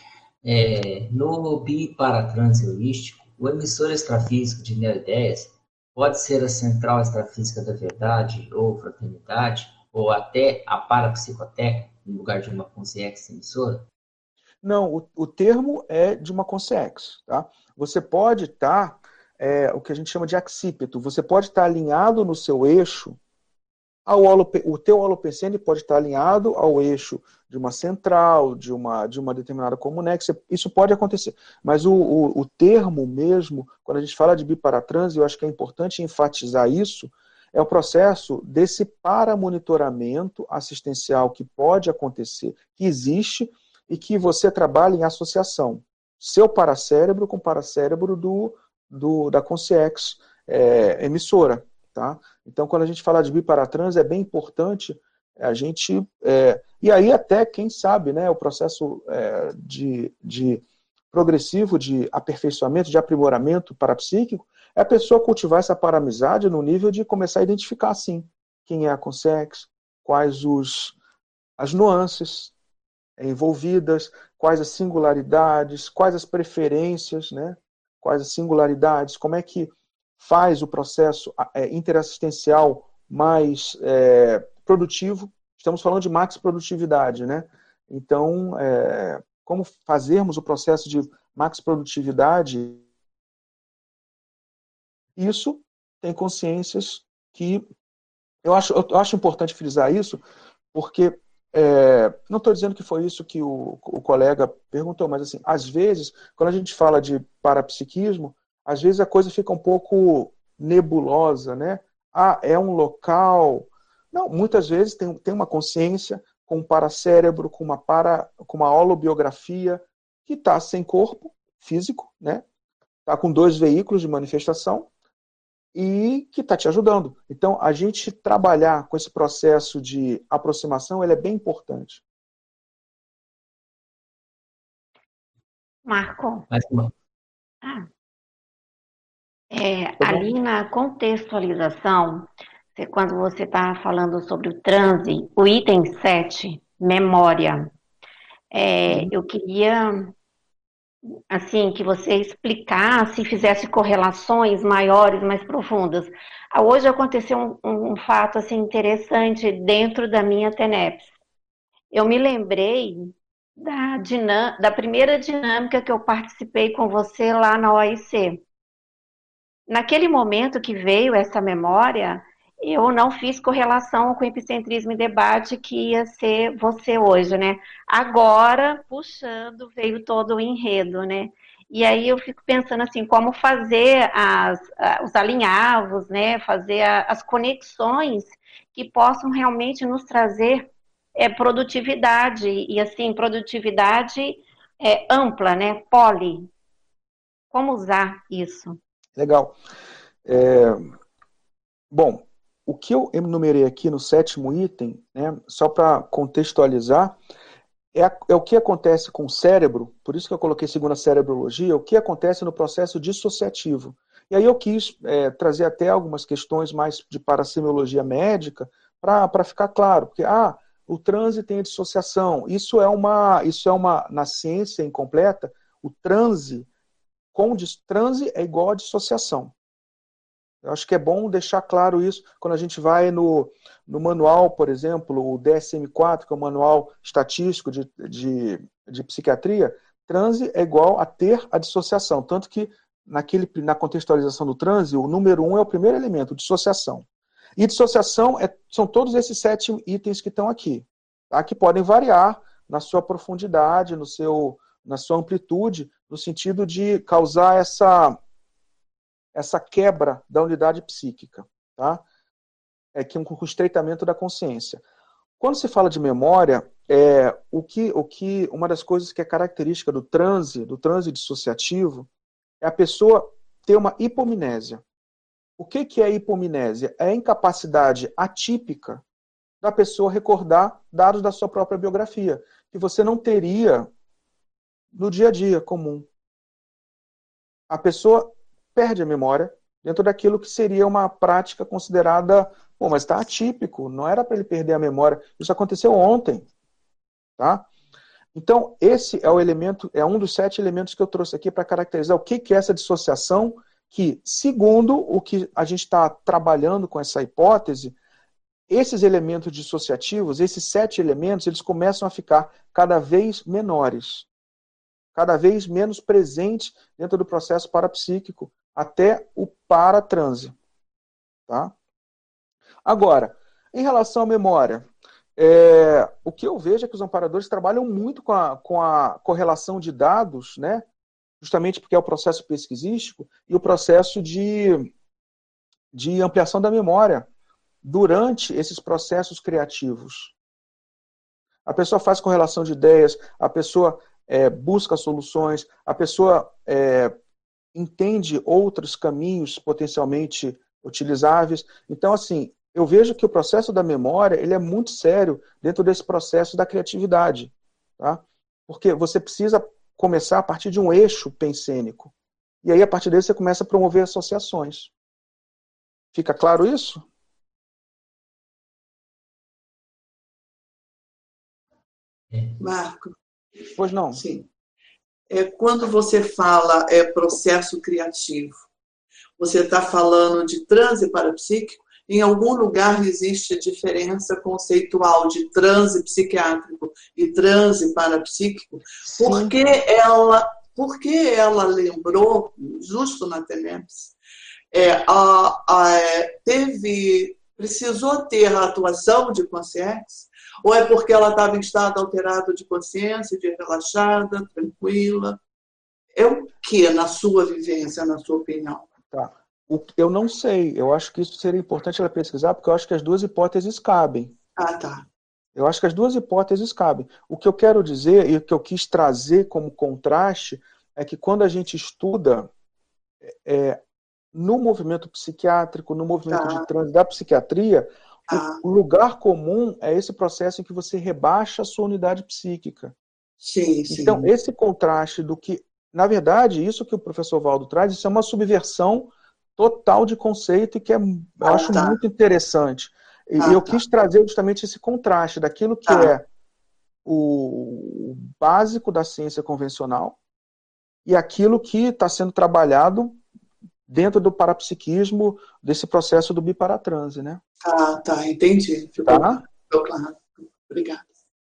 É, no biparatranse holístico, o emissor extrafísico de neoideias pode ser a central extrafísica da verdade ou fraternidade, ou até a parapsicoteca, em lugar de uma consciência emissora?
Não, o, o termo é de uma consciex, tá? Você pode estar, é, o que a gente chama de accípeto, você pode estar alinhado no seu eixo, ao holo, o teu holopensene pode estar alinhado ao eixo de uma central, de uma, de uma determinada comunex, isso pode acontecer. Mas o, o, o termo mesmo, quando a gente fala de biparatranse, eu acho que é importante enfatizar isso, é o processo desse paramonitoramento assistencial que pode acontecer, que existe, e que você trabalha em associação. Seu paracérebro com o paracérebro do, do, da consciex é, emissora. Tá? Então, quando a gente fala de biparatranse, é bem importante a gente... É, e aí até, quem sabe, né, o processo é, de, de progressivo de aperfeiçoamento, de aprimoramento parapsíquico, é a pessoa cultivar essa paramizade no nível de começar a identificar, sim, quem é a consciex, quais os, as nuances envolvidas, quais as singularidades, quais as preferências, né? Quais as singularidades, como é que faz o processo é, interassistencial mais é, produtivo. Estamos falando de max produtividade, né? Então, é, como fazermos o processo de max produtividade, isso tem consciências que... Eu acho, eu acho importante frisar isso, porque É, não estou dizendo que foi isso que o, o colega perguntou, mas assim, às vezes, quando a gente fala de parapsiquismo, às vezes a coisa fica um pouco nebulosa, né? Ah, é um local... Não, muitas vezes tem, tem uma consciência com um paracérebro, com uma, para, com uma holobiografia, que está sem corpo físico, né? Está com dois veículos de manifestação, e que está te ajudando. Então, a gente trabalhar com esse processo de aproximação, ele é bem importante.
Marco,
Mais uma.
ah, é, ali na contextualização, quando você está falando sobre o transe, o item sete, memória, é,
Uhum.
eu queria assim, que você explicasse, fizesse correlações maiores, mais profundas. Ah, hoje aconteceu um, um fato assim interessante dentro da minha TENEPS. Eu me lembrei da, da primeira dinâmica que eu participei com você lá na O I C. Naquele momento que veio essa memória, eu não fiz correlação com o epicentrismo e debate que ia ser você hoje, né? Agora, puxando, veio todo o enredo, né? E aí eu fico pensando assim, como fazer as, os alinhavos, né? Fazer as conexões que possam realmente nos trazer é produtividade, e assim, produtividade é, ampla, né? Poli. Como usar isso?
Legal. É, bom, o que eu enumerei aqui no sétimo item, né, só para contextualizar, é, a, é o que acontece com o cérebro, por isso que eu coloquei segundo a cerebrologia, o que acontece no processo dissociativo. E aí eu quis é, trazer até algumas questões mais de parasemiologia médica para ficar claro, porque ah, o transe tem a dissociação. Isso é uma, isso é uma, na ciência incompleta, o transe com transe é igual a dissociação. Eu acho que é bom deixar claro isso quando a gente vai no, no manual, por exemplo, o D S M quatro, que é o manual estatístico de, de, de psiquiatria, transe é igual a ter a dissociação. Tanto que naquele, na contextualização do transe, o número um é o primeiro elemento, dissociação. E dissociação é, são todos esses sete itens que estão aqui, tá? Que podem variar na sua profundidade, no seu, na sua amplitude, no sentido de causar essa... essa quebra da unidade psíquica, tá? É que um com o estreitamento da consciência. Quando se fala de memória, é, o que, o que, uma das coisas que é característica do transe, do transe dissociativo, é a pessoa ter uma hipomnésia. O que, que é hipomnésia? É a incapacidade atípica da pessoa recordar dados da sua própria biografia, que você não teria no dia a dia comum. A pessoa perde a memória dentro daquilo que seria uma prática considerada, bom, mas está atípico, não era para ele perder a memória. Isso aconteceu ontem, tá? Então, esse é o elemento, é um dos sete elementos que eu trouxe aqui para caracterizar o que, que é essa dissociação, que, segundo o que a gente está trabalhando com essa hipótese, esses elementos dissociativos, esses sete elementos, eles começam a ficar cada vez menores, cada vez menos presentes dentro do processo parapsíquico, até o paratranse. Tá? Agora, em relação à memória, é, o que eu vejo é que os amparadores trabalham muito com a, com a correlação de dados, né? Justamente porque é o processo pesquisístico e o processo de, de ampliação da memória durante esses processos criativos. A pessoa faz correlação de ideias, a pessoa é, busca soluções, a pessoa é, entende outros caminhos potencialmente utilizáveis. Então, assim, eu vejo que o processo da memória ele é muito sério dentro desse processo da criatividade. Tá? Porque você precisa começar a partir de um eixo pensênico. E aí, a partir dele, você começa a promover associações. Fica claro isso?
Marco.
Pois não.
Sim. É, quando você fala é, processo criativo, você está falando de transe parapsíquico? Em algum lugar existe diferença conceitual de transe psiquiátrico e transe parapsíquico? Por que ela, por que ela lembrou, justo na Telepsi, é, a, a, teve, precisou ter a atuação de consciência? Ou é porque ela estava em estado alterado de consciência, de relaxada, tranquila? É o que na sua vivência, na sua opinião?
Tá. O, eu não sei. Eu acho que isso seria importante ela pesquisar, porque eu acho que as duas hipóteses cabem.
Ah, tá.
Eu acho que as duas hipóteses cabem. O que eu quero dizer, e o que eu quis trazer como contraste, é que quando a gente estuda é, no movimento psiquiátrico, no movimento tá. de transe da psiquiatria, ah. o lugar comum é esse processo em que você rebaixa a sua unidade psíquica.
Sim, sim.
Então, esse contraste do que... Na verdade, isso que o professor Valdo traz, isso é uma subversão total de conceito e que é, eu ah, acho tá. muito interessante. E ah, eu tá. quis trazer justamente esse contraste daquilo que ah. é o básico da ciência convencional e aquilo que está sendo trabalhado dentro do parapsiquismo, desse processo do biparatranse, né?
Ah, tá, entendi. Ficou
tá?
claro. Obrigada.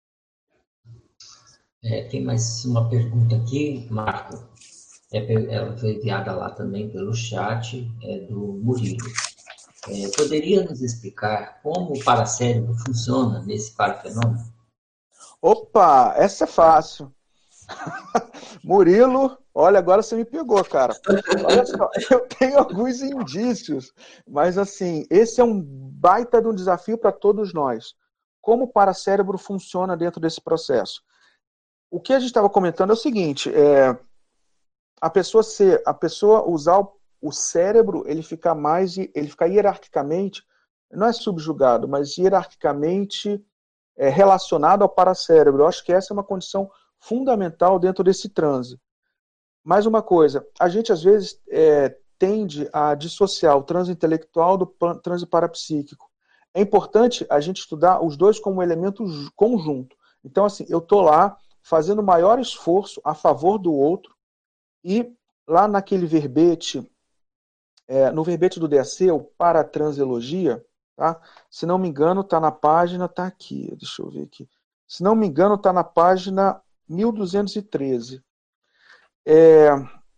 É, tem mais uma pergunta aqui, Marco. É, ela foi enviada lá também pelo chat, é do Murilo. É, poderia nos explicar como o paracérebro funciona nesse parafenômeno?
Opa, essa é fácil. Murilo, olha, agora você me pegou, cara. Olha só, eu tenho alguns indícios, mas assim, esse é um baita de um desafio para todos nós. como o paracérebro funciona dentro desse processo. O que a gente estava comentando é o seguinte, é, a pessoa ser, a pessoa usar o, o cérebro, ele ficar mais, ele ficar hierarquicamente, não é subjugado, mas hierarquicamente é, relacionado ao paracérebro. Eu acho que essa é uma condição fundamental dentro desse transe. Mais uma coisa, a gente às vezes é, tende a dissociar o transe intelectual do transe parapsíquico. É importante a gente estudar os dois como um elemento conjunto. Então, assim, eu estou lá fazendo o maior esforço a favor do outro e lá naquele verbete, é, no verbete do D A C, o paratranseologia, tá? Se não me engano, está na página, está aqui, deixa eu ver aqui. Se não me engano, está na página mil duzentos e treze. É,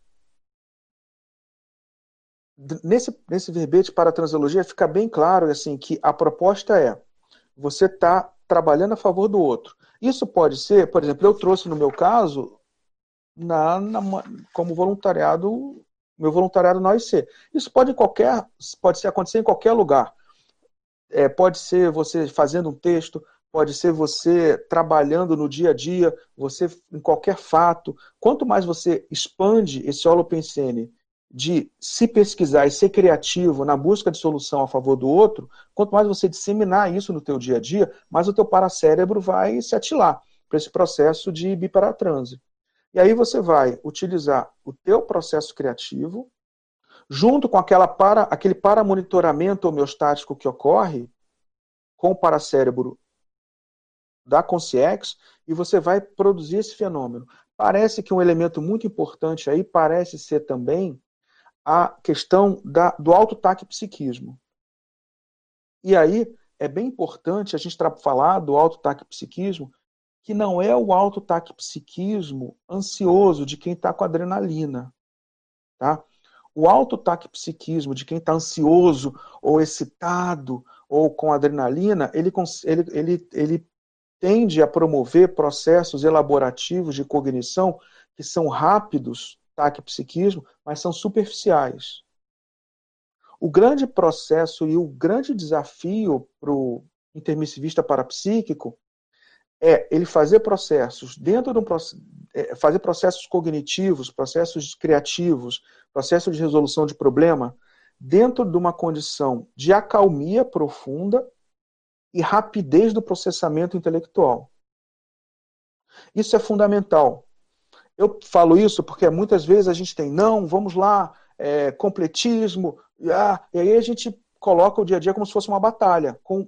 nesse, nesse verbete para a transeologia fica bem claro assim, que a proposta é você está trabalhando a favor do outro. Isso pode ser, por exemplo, eu trouxe no meu caso na, na, como voluntariado, meu voluntariado na O I C. Isso pode, em qualquer, pode ser, acontecer em qualquer lugar. É, pode ser você fazendo um texto, pode ser você trabalhando no dia a dia, você em qualquer fato. Quanto mais você expande esse holopensene de se pesquisar e ser criativo na busca de solução a favor do outro, quanto mais você disseminar isso no teu dia a dia, mais o teu paracérebro vai se atilar para esse processo de biparatranse. E aí você vai utilizar o teu processo criativo, junto com aquela para, aquele paramonitoramento homeostático que ocorre com o paracérebro da Consciex, e você vai produzir esse fenômeno. Parece que um elemento muito importante aí parece ser também a questão da, do autotaquipsiquismo. E aí é bem importante a gente falar do autotaquipsiquismo, que não é o autotaquipsiquismo ansioso de quem está com adrenalina. Tá? O autotaquipsiquismo de quem está ansioso ou excitado ou com adrenalina, ele, ele, ele, ele tende a promover processos elaborativos de cognição que são rápidos, taquipsiquismo, mas são superficiais. O grande processo e o grande desafio para o intermissivista parapsíquico é ele fazer processos dentro de um fazer processos cognitivos, processos criativos, processos de resolução de problema dentro de uma condição de acalmia profunda e rapidez do processamento intelectual. Isso é fundamental. Eu falo isso porque muitas vezes a gente tem, não, vamos lá, é, completismo, ah, e aí a gente coloca o dia a dia como se fosse uma batalha, com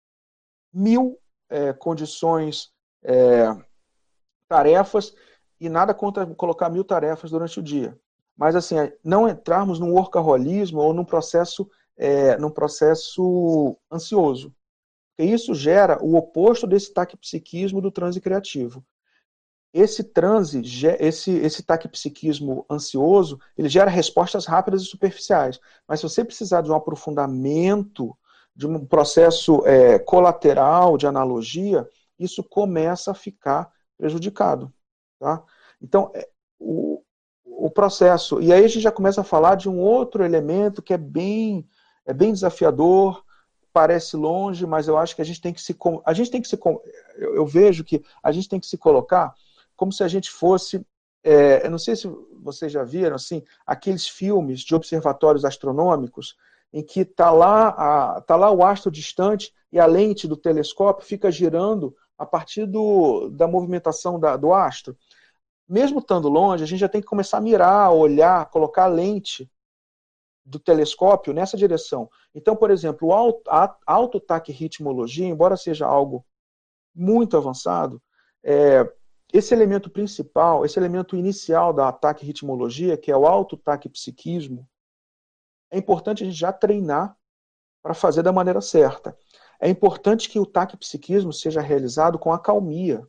mil é, condições, é, tarefas, e nada contra colocar mil tarefas durante o dia. Mas assim, não entrarmos num workaholismo ou num processo, é, num processo ansioso. Porque isso gera o oposto desse taquipsiquismo do transe criativo. Esse transe, esse, esse taquipsiquismo ansioso, ele gera respostas rápidas e superficiais. Mas se você precisar de um aprofundamento, de um processo é, colateral de analogia, isso começa a ficar prejudicado. Tá? Então, é, o, o processo... E aí a gente já começa a falar de um outro elemento que é bem, é bem desafiador, parece longe, mas eu acho que a gente tem que se... A gente tem que se eu, eu vejo que a gente tem que se colocar como se a gente fosse... É, eu não sei se vocês já viram, assim, aqueles filmes de observatórios astronômicos em que está lá, a, tá lá o astro distante e a lente do telescópio fica girando a partir do, da movimentação da, do astro. Mesmo estando longe, a gente já tem que começar a mirar, olhar, colocar a lente do telescópio nessa direção. Então, por exemplo, a autotaquirritmologia, embora seja algo muito avançado, é, esse elemento principal, esse elemento inicial da taquirritmologia, que é o autotaquipsiquismo, é importante a gente já treinar para fazer da maneira certa. É importante que o taquipsiquismo seja realizado com acalmia.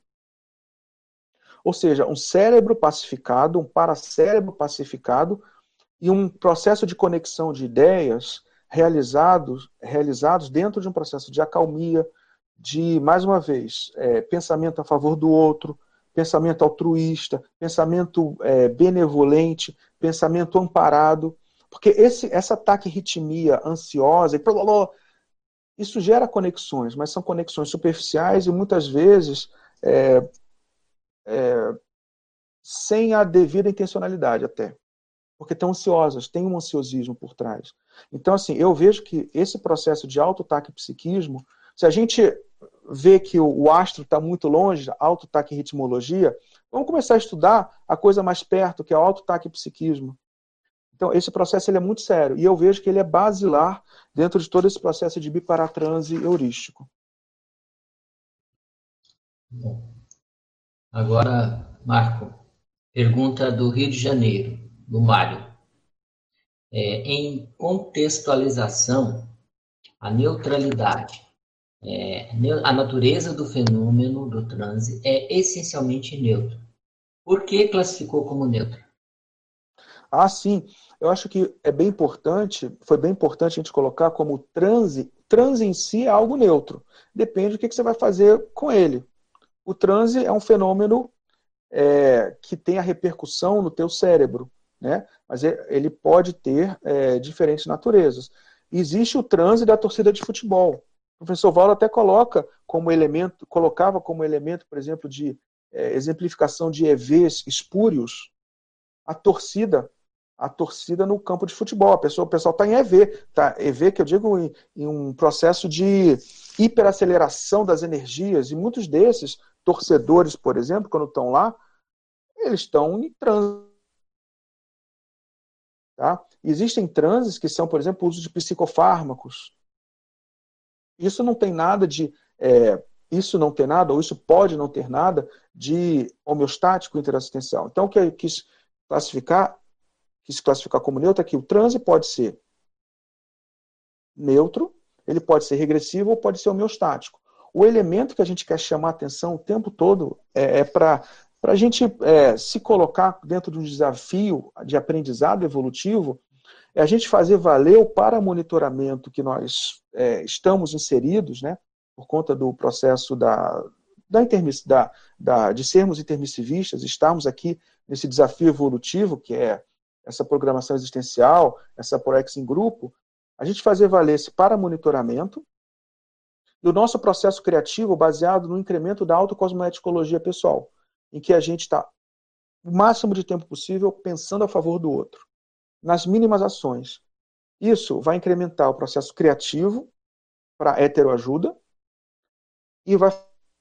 Ou seja, um cérebro pacificado, um paracérebro pacificado e um processo de conexão de ideias realizados, realizados dentro de um processo de acalmia, de, mais uma vez, é, pensamento a favor do outro, pensamento altruísta, pensamento é, benevolente, pensamento amparado. Porque esse, essa taquirritmia ansiosa, isso gera conexões, mas são conexões superficiais e muitas vezes é, é, sem a devida intencionalidade até, porque estão ansiosas, tem um ansiosismo por trás. Então, assim, eu vejo que esse processo de autotaquipsiquismo, se a gente vê que o, o astro está muito longe, autotaquirritmologia, vamos começar a estudar a coisa mais perto, que é o autotaquipsiquismo. Então, esse processo ele é muito sério, e eu vejo que ele é basilar dentro de todo esse processo de biparatranse heurístico.
Bom, agora, Marco, pergunta do Rio de Janeiro, do Mário. É, em contextualização, a neutralidade, é, a natureza do fenômeno do transe é essencialmente neutro. Por que classificou como neutro?
Ah, sim. Eu acho que é bem importante, foi bem importante a gente colocar como transe, transe em si é algo neutro. Depende do que você vai fazer com ele. O transe é um fenômeno é, que tem a repercussão no teu cérebro, né? Mas ele pode ter é, diferentes naturezas. Existe o transe da torcida de futebol. O professor Valdo até coloca como elemento, colocava como elemento, por exemplo, de é, exemplificação de E Vs espúrios, a torcida, a torcida no campo de futebol. A pessoa, o pessoal está em E V, tá? E V que eu digo em, em um processo de hiperaceleração das energias, e muitos desses torcedores, por exemplo, quando estão lá, eles estão em transe. Tá? Existem transes que são, por exemplo, o uso de psicofármacos. Isso não tem nada de... É, isso não tem nada, ou isso pode não ter nada de homeostático interassistencial. Então, o que eu quis classificar, quis classificar como neutro é que o transe pode ser neutro, ele pode ser regressivo ou pode ser homeostático. O elemento que a gente quer chamar a atenção o tempo todo é, é para a gente é, se colocar dentro de um desafio de aprendizado evolutivo, é a gente fazer valer o paramonitoramento que nós é, estamos inseridos, né, por conta do processo da, da, intermiss, da, da, de sermos intermissivistas, estarmos aqui nesse desafio evolutivo, que é essa programação existencial, essa ProEx em grupo, a gente fazer valer esse paramonitoramento e o nosso processo criativo baseado no incremento da autocosmoeticologia pessoal, em que a gente está o máximo de tempo possível pensando a favor do outro, nas mínimas ações. Isso vai incrementar o processo criativo para heteroajuda e vai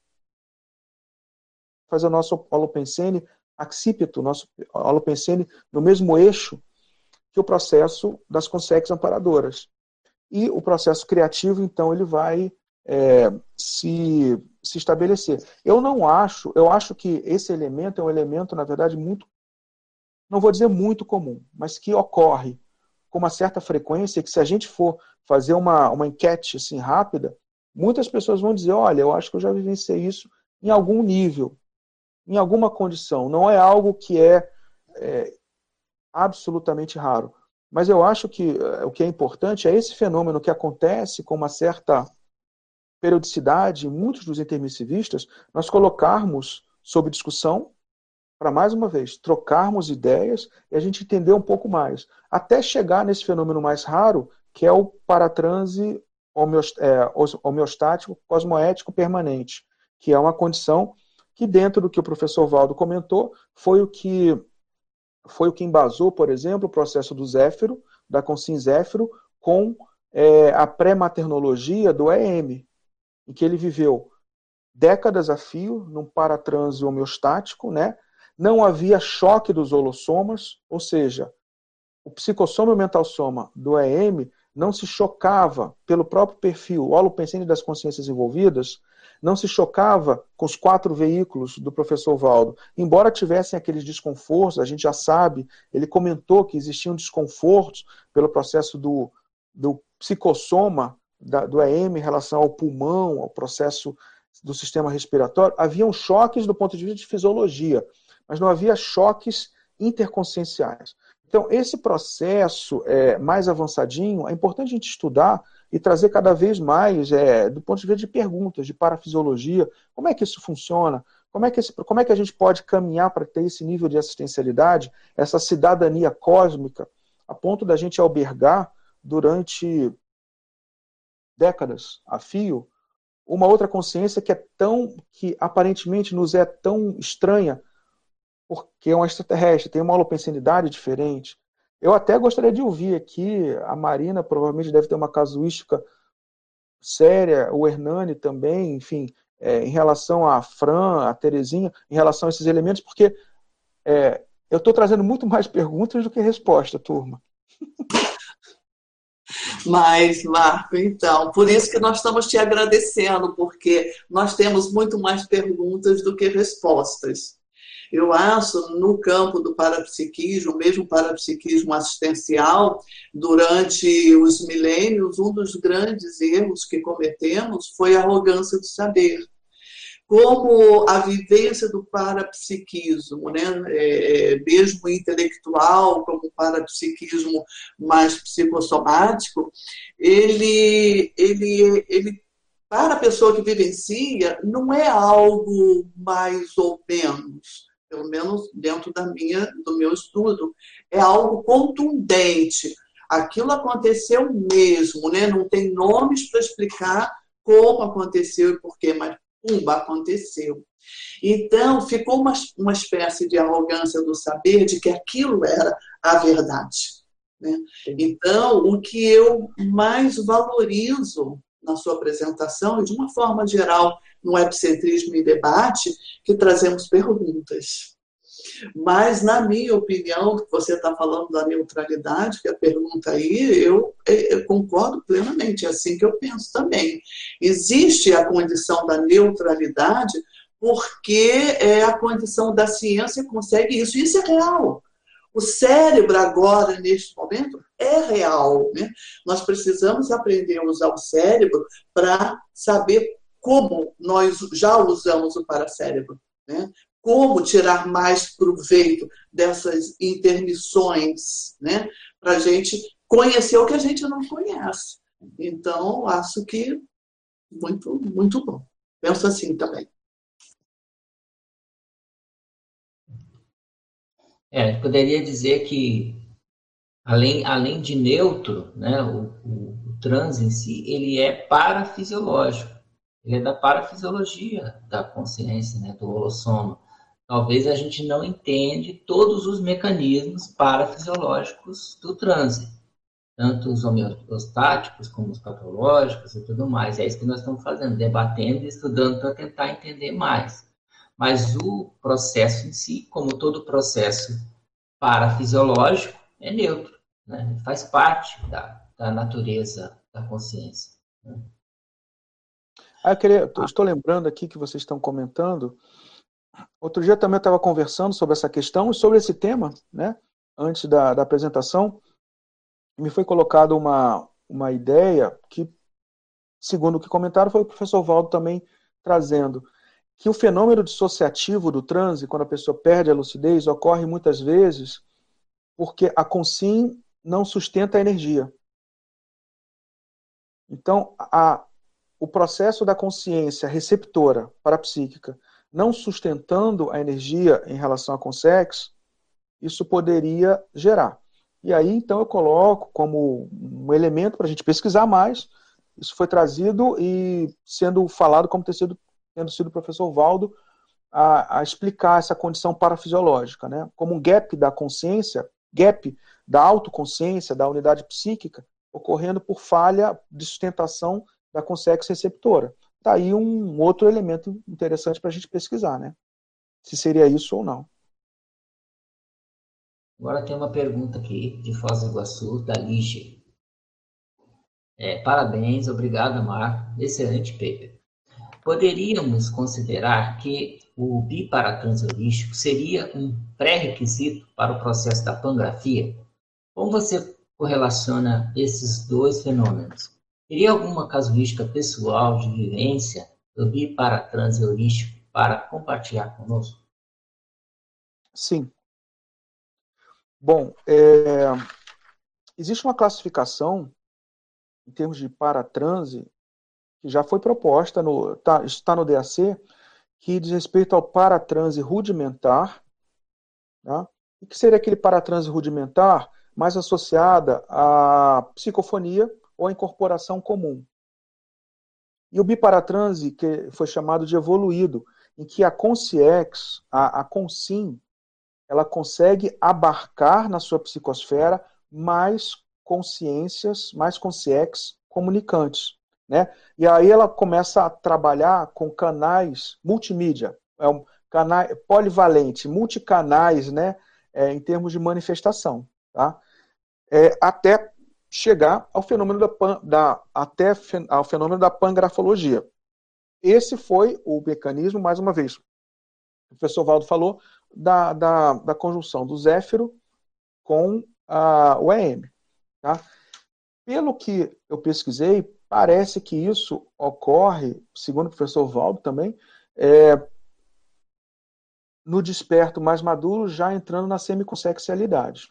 fazer o nosso holopensene accipito, nosso holopensene no mesmo eixo que o processo das consequências amparadoras. E o processo criativo, então, ele vai é, se, se estabelecer. Eu não acho, eu acho que esse elemento é um elemento, na verdade, muito, não vou dizer muito comum, mas que ocorre com uma certa frequência, que se a gente for fazer uma, uma enquete assim, rápida, muitas pessoas vão dizer, olha, eu acho que eu já vivenciei isso em algum nível, em alguma condição. Não é algo que é, é absolutamente raro. Mas eu acho que é, o que é importante é esse fenômeno que acontece com uma certa periodicidade em muitos dos intermissivistas, nós colocarmos sob discussão, para mais uma vez, trocarmos ideias e a gente entender um pouco mais, até chegar nesse fenômeno mais raro, que é o paratranse homeostático cosmoético permanente, que é uma condição que, dentro do que o professor Valdo comentou, foi o que, foi o que embasou, por exemplo, o processo do Zéfiro, da Consim Zéfiro, com é, a pré-maternologia do E M, em que ele viveu décadas a fio num paratranse homeostático, né? Não havia choque dos holossomas, ou seja, o psicossoma e o mentalsoma do E M não se chocava pelo próprio perfil, o holopensene das consciências envolvidas, não se chocava com os quatro veículos do professor Valdo. Embora tivessem aqueles desconfortos, a gente já sabe, ele comentou que existiam desconfortos pelo processo do, do psicossoma da, do E M em relação ao pulmão, ao processo do sistema respiratório. Haviam choques do ponto de vista de fisiologia, mas não havia choques interconscienciais. Então, esse processo é, mais avançadinho, é importante a gente estudar e trazer cada vez mais, é, do ponto de vista de perguntas, de parafisiologia, como é que isso funciona, como é que, esse, como é que a gente pode caminhar para ter esse nível de assistencialidade, essa cidadania cósmica, a ponto da gente albergar durante décadas a fio, uma outra consciência que é tão, que aparentemente nos é tão estranha, porque é um extraterrestre, tem uma holopensenidade diferente. Eu até gostaria de ouvir aqui, a Marina provavelmente deve ter uma casuística séria, o Hernani também, enfim, é, em relação a Fran, a Terezinha, em relação a esses elementos, porque é, eu estou trazendo muito mais perguntas do que resposta, turma.
Mas, Marco, então, por isso que nós estamos te agradecendo, porque nós temos muito mais perguntas do que respostas. Eu acho, no campo do parapsiquismo, mesmo parapsiquismo assistencial, durante os milênios, um dos grandes erros que cometemos foi a arrogância do saber. Como a vivência do parapsiquismo, né, é, mesmo intelectual, como o parapsiquismo mais psicossomático, ele, ele, ele, para a pessoa que vivencia, não é algo mais ou menos, pelo menos dentro da minha, do meu estudo, é algo contundente. Aquilo aconteceu mesmo, né? Não tem nomes para explicar como aconteceu e por quê, mas pumba, aconteceu. Então, ficou uma, uma espécie de arrogância do saber de que aquilo era a verdade, né? Então, o que eu mais valorizo na sua apresentação, e de uma forma geral, no Epicentrismo em Debate, que trazemos perguntas. Mas, na minha opinião, que você está falando da neutralidade, que a pergunta aí, eu, eu concordo plenamente, é assim que eu penso também. Existe a condição da neutralidade porque é a condição da ciência que consegue isso, e isso é real. O cérebro agora, neste momento, é real, né? Nós precisamos aprender a usar o cérebro para saber como nós já usamos o paracérebro, né? Como tirar mais proveito dessas intermissões, né? Para a gente conhecer o que a gente não conhece. Então, acho que muito, muito bom. Penso assim também.
É, poderia dizer que, além, além de neutro, né, o, o, o transe em si, ele é parafisiológico. Ele é da parafisiologia da consciência, né, do holossomo. Talvez a gente não entende todos os mecanismos parafisiológicos do transe, tanto os homeostáticos como os patológicos e tudo mais. É isso que nós estamos fazendo, debatendo e estudando para tentar entender mais. Mas o processo em si, como todo processo parafisiológico, é neutro, né? Faz parte da, da natureza da consciência, né?
Ah, eu queria, estou lembrando aqui que vocês estão comentando. Outro dia também eu estava conversando sobre essa questão e sobre esse tema, né? Antes da, da apresentação, me foi colocada uma, uma ideia que, segundo o que comentaram, foi o professor Valdo também trazendo, que o fenômeno dissociativo do transe, quando a pessoa perde a lucidez, ocorre muitas vezes porque a consim não sustenta a energia. Então, a, o processo da consciência receptora parapsíquica não sustentando a energia em relação à consex, isso poderia gerar. E aí, então, eu coloco como um elemento para a gente pesquisar mais. Isso foi trazido e sendo falado como ter sido, tendo sido o professor Valdo a, a explicar essa condição parafisiológica, né? Como um gap da consciência, gap da autoconsciência, da unidade psíquica, ocorrendo por falha de sustentação da consex receptora. Está aí um outro elemento interessante para a gente pesquisar, né? Se seria isso ou não.
Agora tem uma pergunta aqui de Foz do Iguaçu, da Lígia. É, parabéns, obrigado, Marco. Excelente paper. Poderíamos considerar que o biparatranse holístico seria um pré-requisito para o processo da pangrafia? Como você correlaciona esses dois fenômenos? Teria alguma casuística pessoal de vivência do biparatranse holístico para compartilhar conosco?
Sim. Bom, é, existe uma classificação em termos de paratranse que já foi proposta, no, tá, está no D A C, que diz respeito ao paratranse rudimentar, tá? E que seria aquele paratranse rudimentar mais associada à psicofonia ou à incorporação comum. E o biparatranse, que foi chamado de evoluído, em que a consciex, a, a consim, ela consegue abarcar na sua psicosfera mais consciências, mais consciex comunicantes, né? E aí ela começa a trabalhar com canais multimídia, é um canal polivalente, multicanais, né? É, em termos de manifestação, tá? É, até chegar ao fenômeno da, pan, da até ao fenômeno da pangrafologia. Esse foi o mecanismo, mais uma vez, o professor Valdo falou, da, da, da conjunção do Zéfiro com a, o E M. Tá? Pelo que eu pesquisei, parece que isso ocorre, segundo o professor Valdo também, é, no desperto mais maduro, já entrando na semiconsexualidade.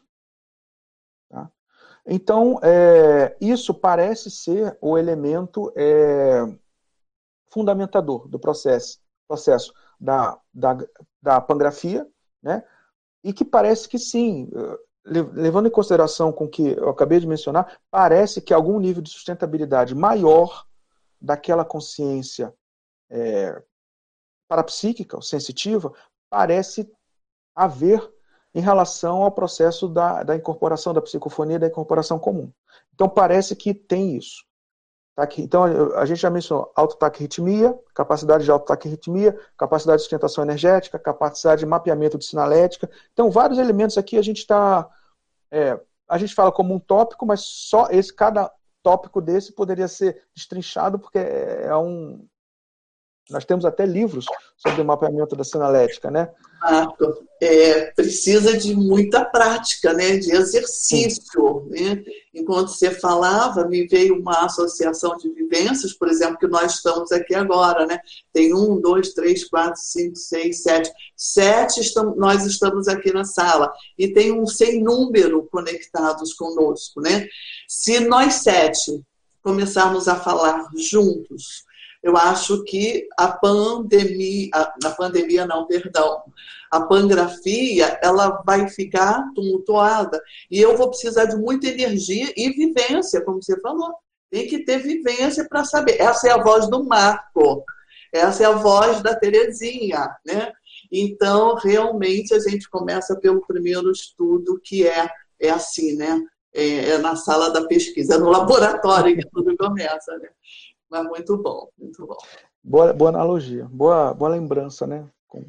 Tá? Então, é, isso parece ser o elemento é, fundamentador do processo, processo da, da, da pangrafia, né? E que parece que sim, levando em consideração com o que eu acabei de mencionar, parece que algum nível de sustentabilidade maior daquela consciência é, parapsíquica, ou sensitiva, parece haver em relação ao processo da, da incorporação da psicofonia e da incorporação comum. Então parece que tem isso. Então a gente já mencionou autotaquirritmia, capacidade de autotaquirritmia, capacidade de sustentação energética, capacidade de mapeamento de sinalética. Então vários elementos aqui a gente está... É, a gente fala como um tópico, mas só esse, cada tópico desse poderia ser destrinchado, porque é um... Nós temos até livros sobre o mapeamento da sinalética, né?
Marco, é, precisa de muita prática, né? De exercício. Né? Enquanto você falava, me veio uma associação de vivências, por exemplo, que nós estamos aqui agora, né? Tem um, dois, três, quatro, cinco, seis, sete. Sete estamos, nós estamos aqui na sala. E tem um sem número conectados conosco, né? Se nós sete começarmos a falar juntos, eu acho que a pandemia, a, a pandemia não, perdão, a pangrafia, ela vai ficar tumultuada e eu vou precisar de muita energia e vivência, como você falou. Tem que ter vivência para saber. Essa é a voz do Marco, essa é a voz da Terezinha, né? Então, realmente, a gente começa pelo primeiro estudo, que é, é assim, né? É, é na sala da pesquisa, é no laboratório que tudo começa, né? Mas muito bom, muito bom.
Boa, boa analogia, boa, boa lembrança, né? Com...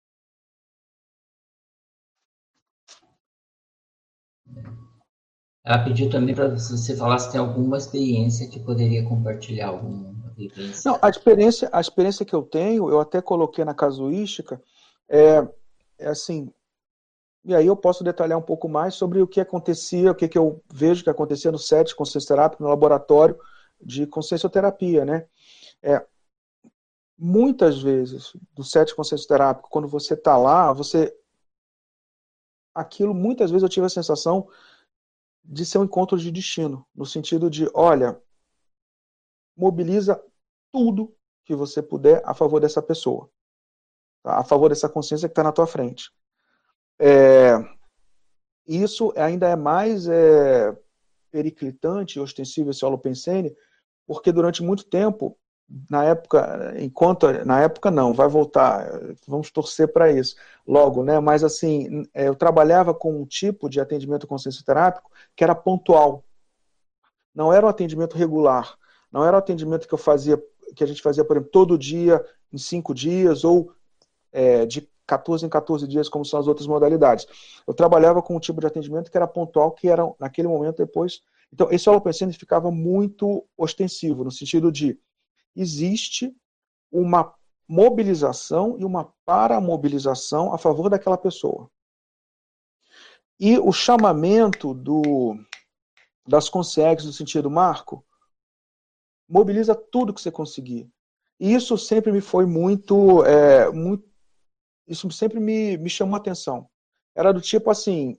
Ela pediu também para você falar se tem alguma experiência que poderia compartilhar, alguma vivência.
Não, a experiência, a experiência que eu tenho, eu até coloquei na casuística, é, é assim, e aí eu posso detalhar um pouco mais sobre o que acontecia, o que, que eu vejo que acontecia no SET consciência terápica, no laboratório de consciencioterapia, né? É, muitas vezes, do SET consciência terápico, quando você está lá, você... Aquilo, muitas vezes eu tive a sensação de ser um encontro de destino, no sentido de, olha, mobiliza tudo que você puder a favor dessa pessoa, tá? A favor dessa consciência que está na tua frente. É, isso ainda é mais é, periclitante e ostensivo esse holopensene, porque durante muito tempo, na época, enquanto, na época não, vai voltar, vamos torcer para isso, logo, né? Mas assim, eu trabalhava com um tipo de atendimento consciencioterápico que era pontual, não era um atendimento regular, não era um atendimento que eu fazia, que a gente fazia, por exemplo, todo dia, em cinco dias, ou é, de quatorze em quatorze dias, como são as outras modalidades. Eu trabalhava com um tipo de atendimento que era pontual, que era, naquele momento, depois... Então, esse holopensene ficava muito ostensivo, no sentido de existe uma mobilização e uma paramobilização a favor daquela pessoa. E o chamamento do, das consciex, no sentido, Marco, mobiliza tudo que você conseguir. E isso sempre me foi muito... É, muito isso sempre me, me chamou a atenção. Era do tipo assim...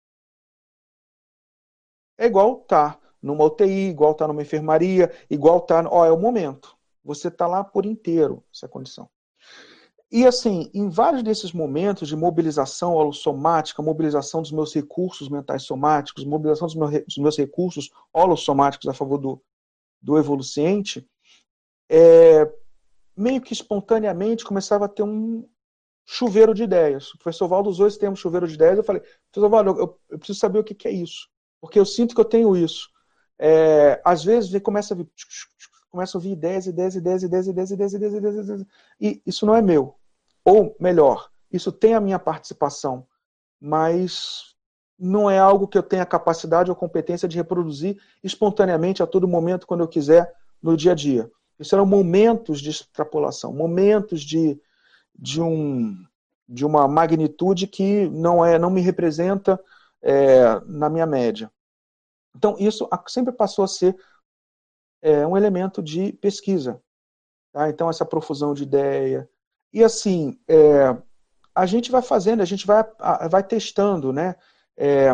É igual estar numa U T I, igual estar numa enfermaria, igual estar... Ó, é o momento. Você está lá por inteiro, essa condição. E assim, em vários desses momentos de mobilização holossomática, mobilização dos meus recursos mentais somáticos, mobilização dos meus, dos meus recursos holossomáticos a favor do, do evoluciente, é, meio que espontaneamente começava a ter um chuveiro de ideias. O professor Valdo usou esse termo chuveiro de ideias. Eu falei, professor Valdo, eu, eu preciso saber o que, que é isso, porque eu sinto que eu tenho isso. É, às vezes começa a vir, começa a vir ideias, ideias, ideias, ideias, ideias, ideias, ideias, ideias, ideias, e isso não é meu. Ou melhor, isso tem a minha participação, mas não é algo que eu tenha capacidade ou competência de reproduzir espontaneamente a todo momento, quando eu quiser, no dia a dia. Isso eram momentos de extrapolação, momentos de, de, um, de uma magnitude que não, é, não me representa é, na minha média. Então, isso sempre passou a ser é, um elemento de pesquisa. Tá? Então, essa profusão de ideia. E assim, é, a gente vai fazendo, a gente vai, vai testando, né, é,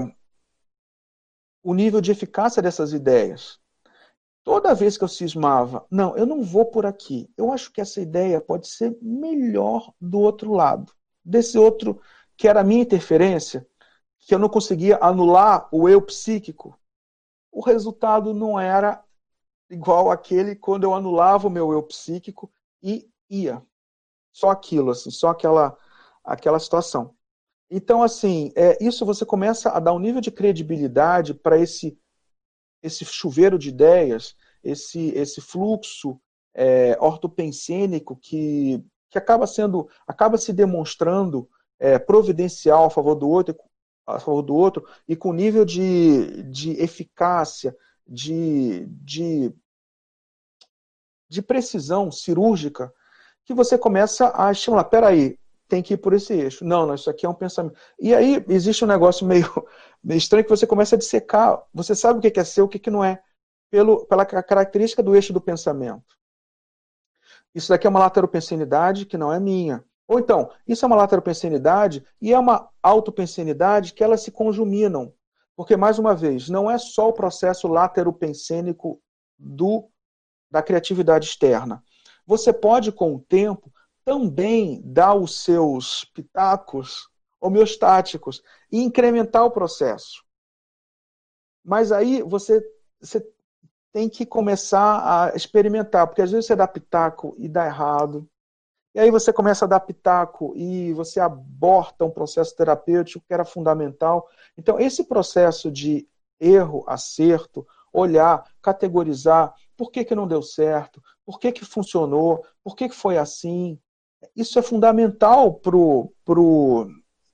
o nível de eficácia dessas ideias. Toda vez que eu cismava, não, eu não vou por aqui, eu acho que essa ideia pode ser melhor do outro lado, desse outro que era a minha interferência, que eu não conseguia anular o eu psíquico, o resultado não era igual àquele quando eu anulava o meu eu psíquico e ia. Só aquilo, assim, só aquela, aquela situação. Então, assim, é, isso você começa a dar um nível de credibilidade para esse, esse chuveiro de ideias, esse, esse fluxo é, ortopensênico que, que acaba sendo, acaba se demonstrando é, providencial a favor do outro, a favor do outro, e com nível de, de eficácia, de, de, de precisão cirúrgica, que você começa a estimular. Peraí, tem que ir por esse eixo. Não, não, isso aqui é um pensamento. E aí existe um negócio meio, meio estranho que você começa a dissecar. Você sabe o que é ser, o que não é, pelo, pela característica do eixo do pensamento. Isso daqui é uma lateropensenidade que não é minha. Ou então, isso é uma lateropensenidade e é uma autopensenidade que elas se conjuminam. Porque, mais uma vez, não é só o processo lateropensênico do, da criatividade externa. Você pode, com o tempo, também dar os seus pitacos homeostáticos e incrementar o processo. Mas aí você, você tem que começar a experimentar, porque às vezes você dá pitaco e dá errado. E aí você começa a dar pitaco e você aborta um processo terapêutico que era fundamental. Então, esse processo de erro, acerto, olhar, categorizar, por que, que não deu certo, por que, que funcionou, por que, que foi assim, isso é fundamental para o pro,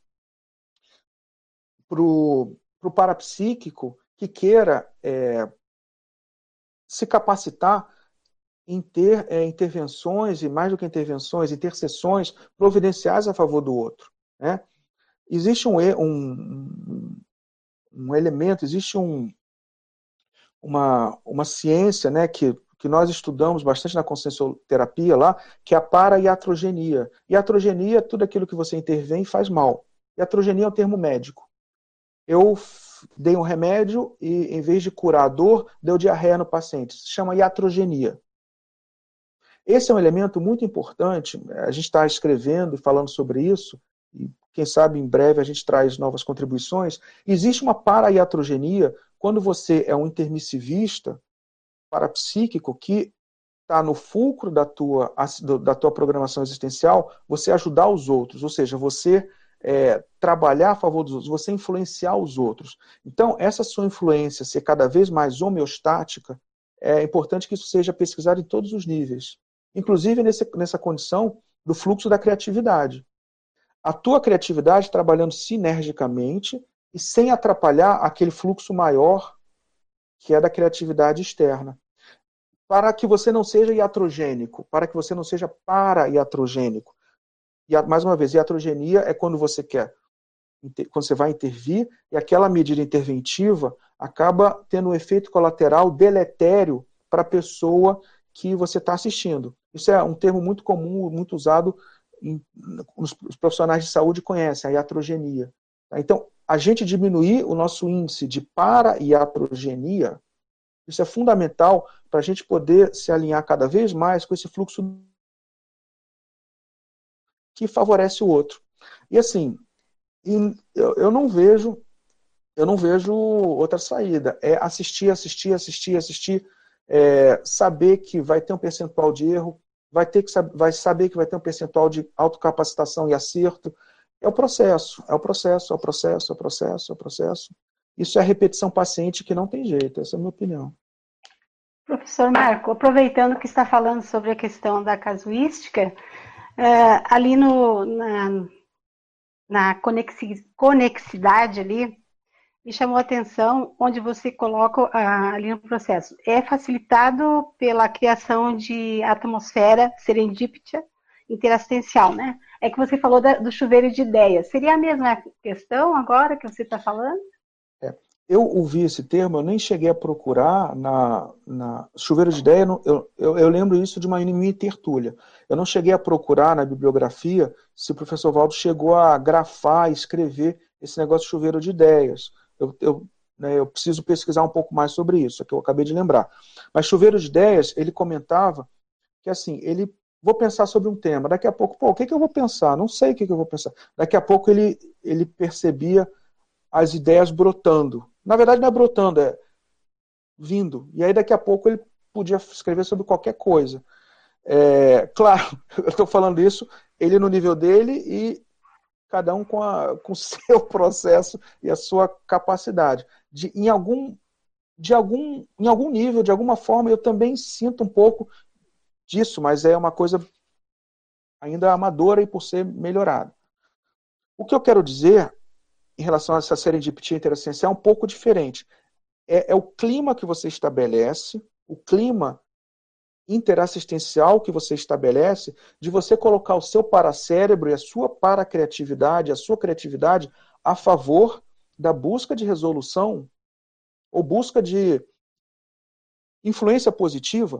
pro, pro parapsíquico que queira é, se capacitar em ter é, intervenções, e mais do que intervenções, intercessões providenciais a favor do outro. Né? Existe um, um, um elemento, existe um, uma, uma ciência, né, que, que nós estudamos bastante na consciencioterapia lá, que é a para-iatrogenia. Iatrogenia é tudo aquilo que você intervém e faz mal. Iatrogenia é um termo médico. Eu dei um remédio e, em vez de curar a dor, deu diarreia no paciente. Se chama iatrogenia. Esse é um elemento muito importante, a gente está escrevendo e falando sobre isso, e quem sabe em breve a gente traz novas contribuições. Existe uma para-iatrogenia quando você é um intermissivista parapsíquico que está no fulcro da tua, da tua programação existencial, você ajudar os outros, ou seja, você é, trabalhar a favor dos outros, você influenciar os outros. Então, essa sua influência ser cada vez mais homeostática, é importante que isso seja pesquisado em todos os níveis. Inclusive nesse, nessa condição do fluxo da criatividade. A tua criatividade trabalhando sinergicamente e sem atrapalhar aquele fluxo maior que é da criatividade externa. Para que você não seja iatrogênico, para que você não seja para-iatrogênico. E, mais uma vez, iatrogenia é quando você quer, quando você vai intervir, e aquela medida interventiva acaba tendo um efeito colateral deletério para a pessoa que você está assistindo. Isso é um termo muito comum, muito usado, em, os profissionais de saúde conhecem, a iatrogenia. Então, a gente diminuir o nosso índice de para-iatrogenia, isso é fundamental para a gente poder se alinhar cada vez mais com esse fluxo que favorece o outro. E assim, eu não vejo, eu não vejo outra saída. É assistir, assistir, assistir, assistir. é, saber que vai ter um percentual de erro, vai, ter que, vai saber que vai ter um percentual de autocapacitação e acerto. É o processo, é o processo, é o processo, é o processo, é o processo. Isso é a repetição paciente que não tem jeito, essa é a minha opinião.
Professor Marco, aproveitando que está falando sobre a questão da casuística, é, ali no, na, na conexi, conexidade ali, me chamou a atenção onde você coloca ah, ali no processo. É facilitado pela criação de atmosfera serendípita interassistencial, né? É que você falou da, do chuveiro de ideias. Seria a mesma questão agora que você está falando?
É. Eu ouvi esse termo, eu nem cheguei a procurar na, na chuveiro de ideia, eu, eu, eu lembro isso de uma minha tertúlia. Eu não cheguei a procurar na bibliografia se o professor Valdo chegou a grafar, escrever esse negócio de chuveiro de ideias. Eu, eu, né, eu preciso pesquisar um pouco mais sobre isso, é que eu acabei de lembrar. Mas chuveiro de ideias, ele comentava que assim, ele, vou pensar sobre um tema, daqui a pouco, pô, o que, que eu vou pensar? Não sei o que, que eu vou pensar. Daqui a pouco ele, ele percebia as ideias brotando. Na verdade não é brotando, é vindo. E aí daqui a pouco ele podia escrever sobre qualquer coisa. É, claro, eu estou falando isso, ele no nível dele e cada um com, a, com o seu processo e a sua capacidade. De, em, algum, de algum, em algum nível, de alguma forma, eu também sinto um pouco disso, mas é uma coisa ainda amadora e por ser melhorada. O que eu quero dizer em relação a essa serendipia interassistencial é um pouco diferente. É, é o clima que você estabelece, o clima interassistencial que você estabelece, de você colocar o seu paracérebro e a sua paracriatividade, a sua criatividade a favor da busca de resolução ou busca de influência positiva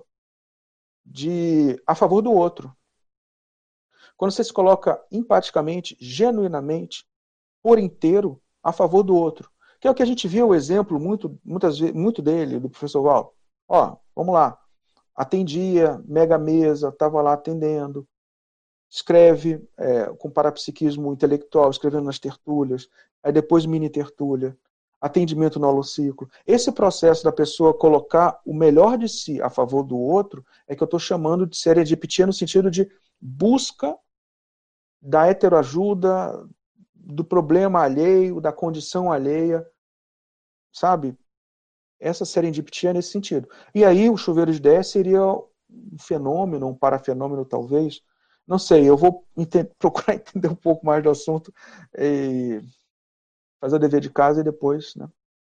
de, a favor do outro. Quando você se coloca empaticamente, genuinamente, por inteiro, a favor do outro. Que é o que a gente viu o exemplo muito, muitas vezes, muito dele, do professor Val. Ó, vamos lá. Atendia, mega mesa, estava lá atendendo. Escreve é, com parapsiquismo intelectual, escrevendo nas tertúlias. Aí depois mini tertúlia. Atendimento no holociclo. Esse processo da pessoa colocar o melhor de si a favor do outro é que eu estou chamando de serendipia no sentido de busca da heteroajuda, do problema alheio, da condição alheia, sabe? Essa serendipia é nesse sentido. E aí o chuveiro de ideias seria um fenômeno, um parafenômeno talvez. Não sei, eu vou ente- procurar entender um pouco mais do assunto e fazer o dever de casa e depois, né,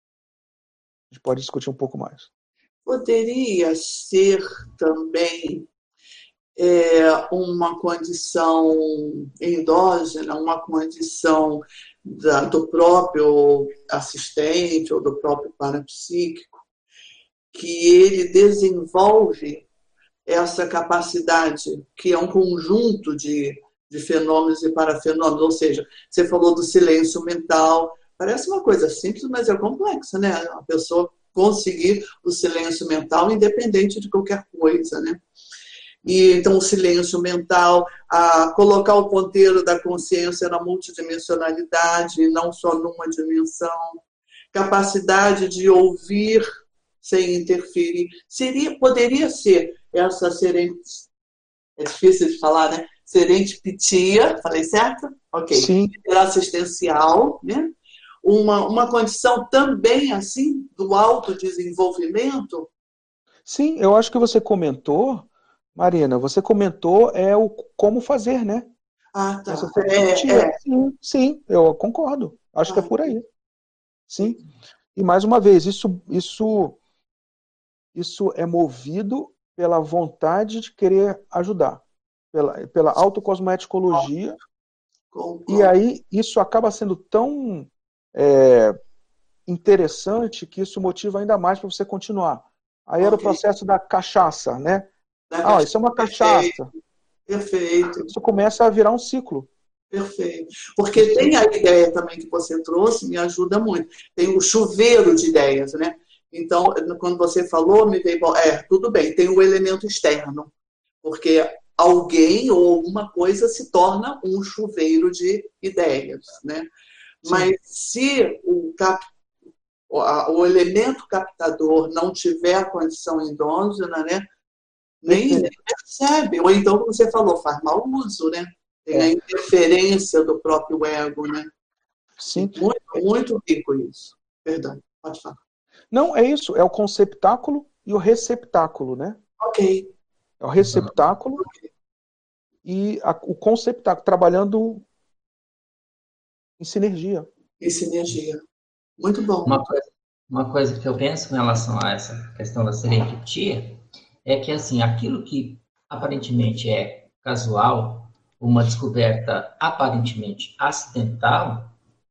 a gente pode discutir um pouco mais.
Poderia ser também é, uma condição endógena, uma condição da, do próprio assistente ou do próprio parapsíquico, que ele desenvolve essa capacidade, que é um conjunto de, de fenômenos e parafenômenos, ou seja, você falou do silêncio mental, parece uma coisa simples, mas é complexa, né? A pessoa conseguir o silêncio mental independente de qualquer coisa, né? E, então, o silêncio mental, a colocar o ponteiro da consciência na multidimensionalidade, não só numa dimensão, capacidade de ouvir sem interferir. Seria, poderia ser essa serendipia, é difícil de falar, né? Serendipia, falei certo? Ok.
Sim.
Assistencial, né? Uma, uma condição também, assim, do autodesenvolvimento.
Sim, eu acho que você comentou, Marina, você comentou é o como fazer, né?
Ah, tá.
Essa
É, é.
Sim, sim, eu concordo. Acho
Ah,
que é por aí. Sim. E mais uma vez, isso, isso, isso é movido pela vontade de querer ajudar, pela, pela autocosmoeticologia.
Concordo.
E aí isso acaba sendo tão é, interessante que isso motiva ainda mais para você continuar. Aí era o
Ok.
processo da cachaça, né?
Da
Ah, isso é uma cachaça.
Perfeito,
Isso começa a virar um ciclo.
perfeito. Porque tem a ideia também que você trouxe, me ajuda muito. Tem o chuveiro de ideias, né? Então, quando você falou, me veio, bom, é, tudo bem, tem o elemento externo, porque alguém ou alguma coisa se torna um chuveiro de ideias, né?
Sim.
Mas se o cap o, a, o elemento captador não tiver a condição endógena, né, nem, nem percebe. Ou então, como você falou, faz mau uso, né? Tem a interferência do próprio ego, né?
Sim.
Muito, muito rico isso. Verdade, pode falar.
Não, é isso, é o conceptáculo e o receptáculo, né?
Ok.
É o receptáculo
okay.
e a, o conceptáculo, trabalhando em sinergia.
Em sinergia. Muito bom.
Uma coisa, uma coisa que eu penso em relação a essa questão da serendipia é que, assim, aquilo que aparentemente é casual, uma descoberta aparentemente acidental,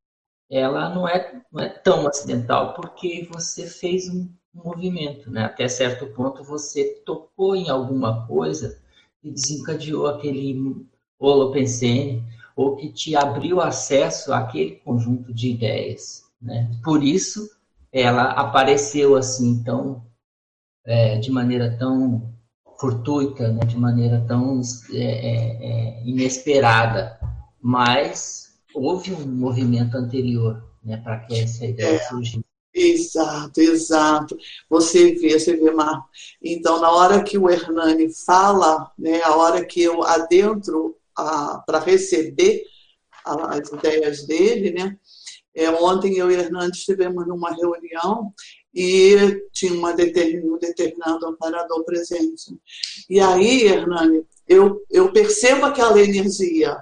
ela não é, não é tão acidental porque você fez um movimento, né? Até certo ponto você tocou em alguma coisa e desencadeou aquele holopensene, ou que te abriu acesso àquele conjunto de ideias, né? Por isso ela apareceu assim tão é, de maneira tão fortuita, né? De maneira tão é, é, inesperada, mas houve um movimento anterior, né, para que essa ideia
É.
surgisse.
Exato, exato. Você vê, você vê, Marco. Então, na hora que o Hernani fala, né, a hora que eu adentro para receber a, as ideias dele, né, é, ontem eu e o Hernani estivemos numa reunião e tinha uma determin, um determinado amparador presente. E aí, Hernani, eu, eu percebo aquela energia.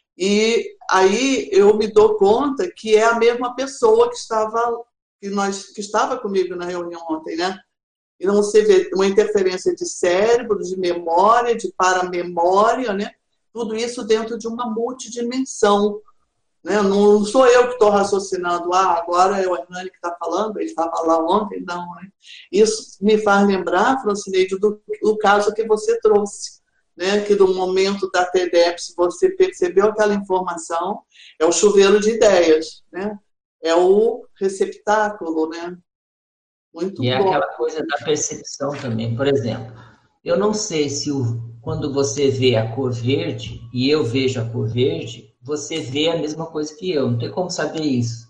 E aí eu me dou conta que é a mesma pessoa que estava que nós que estava comigo na reunião ontem, né? E não se vê uma interferência de cérebro, de memória, de paramemória, né? Tudo isso dentro de uma multidimensão, né? Não sou eu que estou raciocinando, ah, agora é o Hernani que está falando, ele estava lá ontem, não, né? Isso me faz lembrar, Francineide, do, do caso que você trouxe, né? Que no momento da T D E P S você percebeu aquela informação, é o chuveiro de ideias, né? É o receptáculo, né? Muito
e é
bom.
aquela coisa da percepção também. Por exemplo, eu não sei se o, quando você vê a cor verde e eu vejo a cor verde, você vê a mesma coisa que eu. Não tem como saber isso.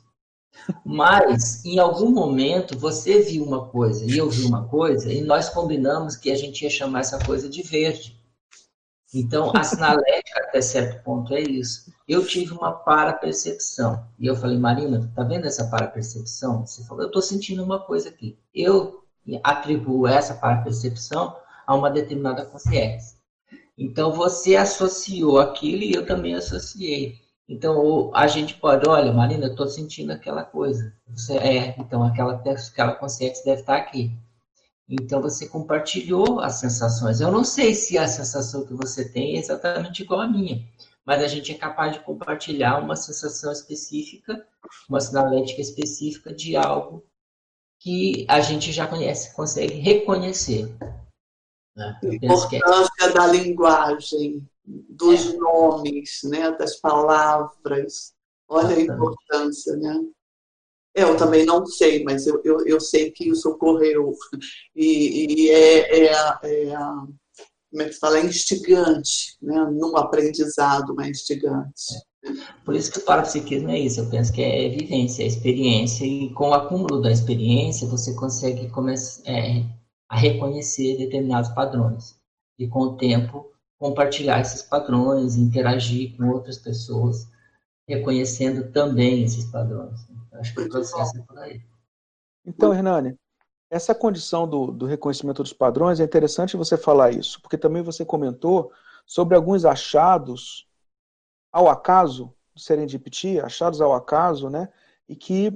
Mas, em algum momento, você viu uma coisa e eu vi uma coisa e nós combinamos que a gente ia chamar essa coisa de verde. Então, a sinalética, até certo ponto, é isso. Eu tive uma parapercepção. E eu falei, Marina, tá vendo essa parapercepção? Você falou, eu estou sentindo uma coisa aqui. Eu atribuo essa parapercepção a uma determinada consciência. Então, você associou aquilo e eu também associei. Então, a gente pode, olha, Marina, eu estou sentindo aquela coisa. Você, é, então, aquela, aquela consciência deve estar aqui. Então, você compartilhou as sensações. Eu não sei se a sensação que você tem é exatamente igual à minha, mas a gente é capaz de compartilhar uma sensação específica, uma sinalética específica de algo que a gente já conhece, consegue reconhecer. Né?
A importância da linguagem, dos é. nomes, né, das palavras. Olha exatamente. A importância, né? Eu também não sei, mas eu, eu, eu sei que isso ocorreu. E, e é, é, é, como é que se fala? É instigante, né? Num aprendizado, mas instigante.
Por isso que o parapsiquismo é isso. Eu penso que é vivência, é experiência. E com o acúmulo da experiência, você consegue começar é, a reconhecer determinados padrões. E com o tempo, compartilhar esses padrões, interagir com outras pessoas, reconhecendo também esses padrões. Acho que o processo é por aí.
Então, Hernani, essa condição do, do reconhecimento dos padrões, é interessante você falar isso, porque também você comentou sobre alguns achados ao acaso, do serendipity, achados ao acaso, né, e que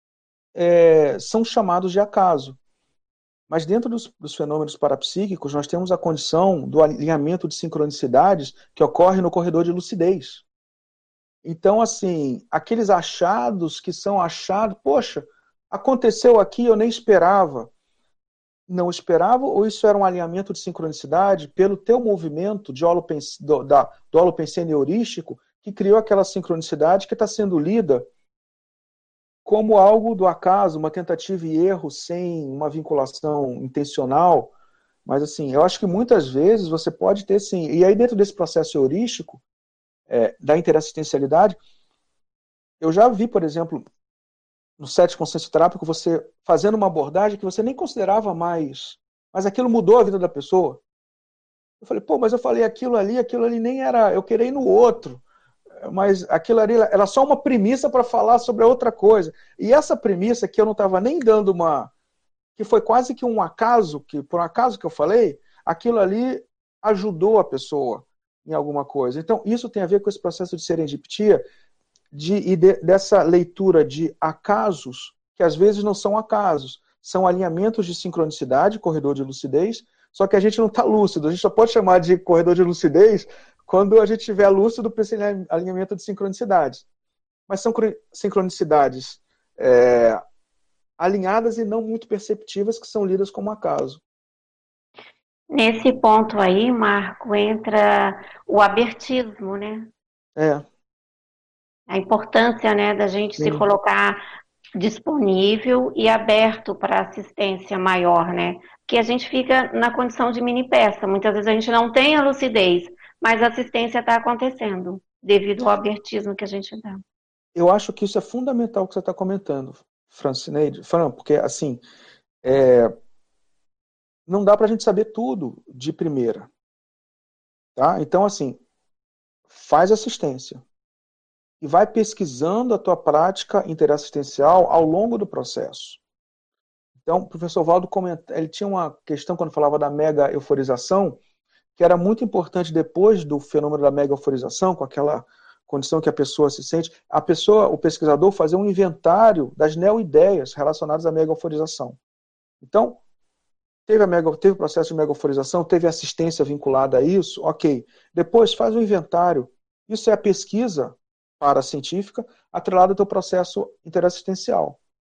é, são chamados de acaso. Mas dentro dos, dos fenômenos parapsíquicos, nós temos a condição do alinhamento de sincronicidades que ocorre no corredor de lucidez. Então, assim, aqueles achados que são achados, poxa, aconteceu aqui, eu nem esperava. Não esperava, ou isso era um alinhamento de sincronicidade pelo teu movimento de holopensene, do, da, do holopensene heurístico que criou aquela sincronicidade que está sendo lida como algo do acaso, uma tentativa e erro sem uma vinculação intencional. Mas, assim, eu acho que muitas vezes você pode ter, sim. E aí, dentro desse processo heurístico, É, da interassistencialidade, eu já vi, por exemplo, no set consciencioterápico, você fazendo uma abordagem que você nem considerava mais, mas aquilo mudou a vida da pessoa. Eu falei, pô, mas eu falei aquilo ali, aquilo ali nem era, eu queria ir no outro, mas aquilo ali era só uma premissa para falar sobre a outra coisa. E essa premissa que eu não estava nem dando uma, que foi quase que um acaso, que por um acaso que eu falei, aquilo ali ajudou a pessoa em alguma coisa. Então, isso tem a ver com esse processo de serendipitia, de, e de, dessa leitura de acasos, que às vezes não são acasos, são alinhamentos de sincronicidade, corredor de lucidez, só que a gente não está lúcido, a gente só pode chamar de corredor de lucidez quando a gente estiver lúcido para esse alinhamento de sincronicidades. Mas são sincronicidades é, alinhadas e não muito perceptivas, que são lidas como acaso.
Nesse ponto aí, Marco, entra o abertismo, né?
É.
A importância, né, da gente Sim. se colocar disponível e aberto para assistência maior, né? Porque a gente fica na condição de mini peça. Muitas vezes a gente não tem a lucidez, mas a assistência está acontecendo devido ao abertismo que a gente dá.
Eu acho que isso é fundamental que você está comentando, Francineide, Fran, porque assim, é, não dá para a gente saber tudo de primeira. Tá? Então, assim, faz assistência e vai pesquisando a tua prática interassistencial ao longo do processo. Então, o professor Valdo comenta, ele tinha uma questão quando falava da mega euforização, que era muito importante depois do fenômeno da mega euforização, com aquela condição que a pessoa se sente, a pessoa, o pesquisador, fazer um inventário das neoideias relacionadas à mega euforização. Então, teve, a mega, teve o processo de mega euforização, teve assistência vinculada a isso, ok. Depois faz um inventário. Isso é a pesquisa paracientífica atrelada ao teu processo interassistencial.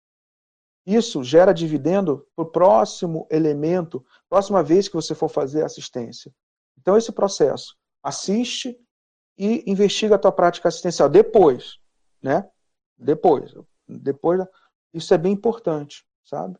Isso gera dividendo para o próximo elemento, próxima vez que você for fazer assistência. Então, esse processo, assiste e investiga a tua prática assistencial. Depois, né? Depois. Depois, isso é bem importante, sabe?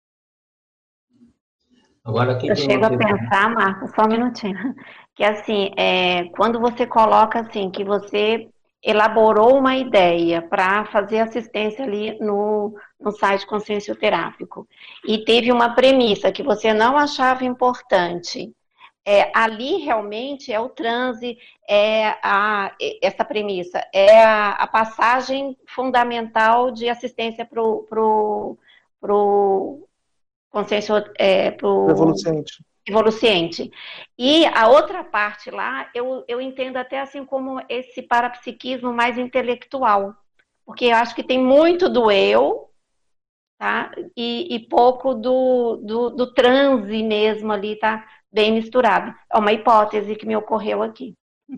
Agora, aqui
Eu
tem
chego
uma
a pensar, Marco, só um minutinho, que assim, é, quando você coloca assim, que você elaborou uma ideia para fazer assistência ali no, no site consciencioterápico e teve uma premissa que você não achava importante, é, ali realmente é o transe, é a, essa premissa, é a, a passagem fundamental de assistência para o pro, pro consciência, é, pro
Evoluciente.
evoluciente. E a outra parte lá, eu, eu entendo até assim como esse parapsiquismo mais intelectual, porque eu acho que tem muito do eu, tá? E, e pouco do, do, do transe mesmo ali, tá? Bem misturado. É uma hipótese que me ocorreu aqui.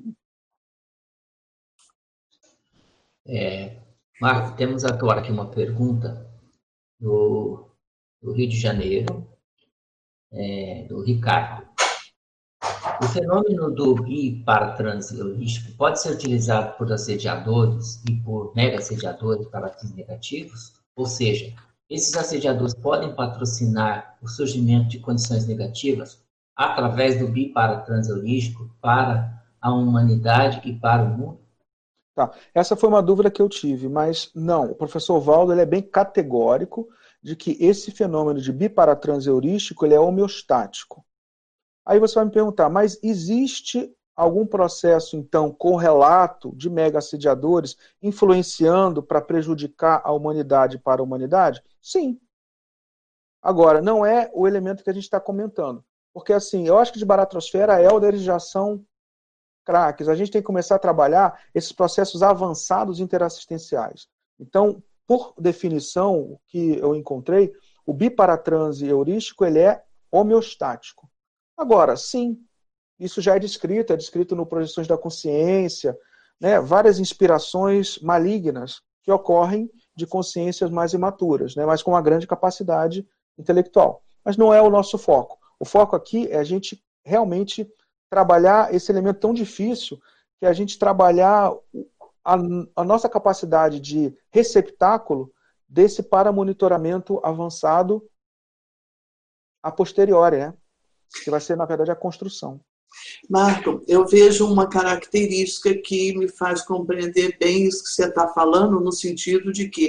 É, Marco, temos agora aqui uma pergunta do, do Rio de Janeiro, é, do Ricardo. O fenômeno do biparatranse holístico pode ser utilizado por assediadores e por mega assediadores para fins negativos? Ou seja, esses assediadores podem patrocinar o surgimento de condições negativas através do biparatranse holístico para a humanidade e para o mundo?
Tá. Essa foi uma dúvida que eu tive, mas não, o professor Valdo ele é bem categórico de que esse fenômeno de biparatranse heurístico ele é homeostático. Aí você vai me perguntar, mas existe algum processo, então, correlato de mega assediadores influenciando para prejudicar a humanidade para a humanidade? Sim. Agora, não é o elemento que a gente está comentando. Porque, assim, eu acho que de baratrosfera, Hélderes já são craques. A gente tem que começar a trabalhar esses processos avançados interassistenciais. Então, por definição, o que eu encontrei, o biparatranse heurístico ele é homeostático. Agora, sim, isso já é descrito, é descrito no Projeções da Consciência, né, várias inspirações malignas que ocorrem de consciências mais imaturas, né, mas com uma grande capacidade intelectual. Mas não é o nosso foco. O foco aqui é a gente realmente trabalhar esse elemento tão difícil, que é a gente trabalhar a, a nossa capacidade de receptáculo desse paramonitoramento avançado a posteriori, né? Que vai ser, na verdade, a construção.
Marco, eu vejo uma característica que me faz compreender bem isso que você está falando, no sentido de que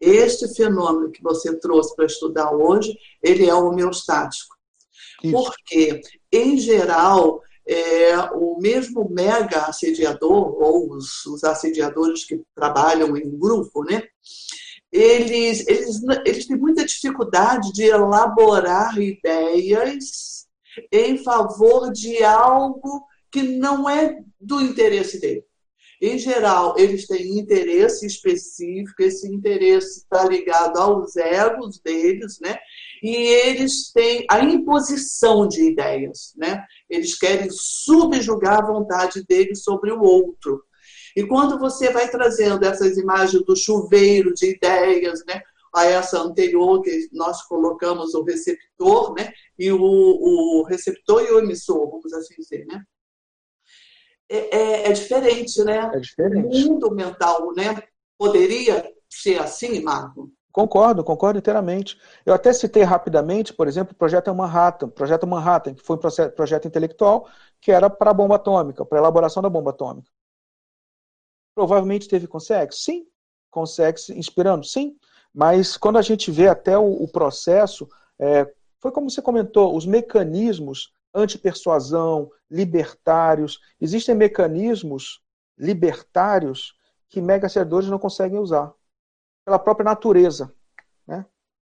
Este fenômeno que você trouxe para estudar hoje, ele é homeostático.
Isso.
Porque, em geral, é, o mesmo mega assediador, ou os, os assediadores que trabalham em grupo, né? Eles, eles, eles têm muita dificuldade de elaborar ideias em favor de algo que não é do interesse dele. Em geral, eles têm interesse específico, esse interesse está ligado aos egos deles, né? E eles têm a imposição de ideias, né? Eles querem subjugar a vontade deles sobre o outro. E quando você vai trazendo essas imagens do chuveiro de ideias, né? A essa anterior, que nós colocamos o receptor, né? E o, o receptor e o emissor, vamos assim dizer, né? É, é, é diferente, né?
É diferente.
O mundo mental, né? Poderia ser assim, Marco?
Concordo, concordo inteiramente. Eu até citei rapidamente, por exemplo, o Projeto Manhattan, Projeto Manhattan, que foi um projeto intelectual que era para a bomba atômica, para a elaboração da bomba atômica. Provavelmente teve consegue? Sim. Consegue inspirando? Sim. Mas quando a gente vê até o, o processo, é, foi como você comentou, os mecanismos antipersuasão, libertários, existem mecanismos libertários que mega assediadores não conseguem usar, pela própria natureza, né?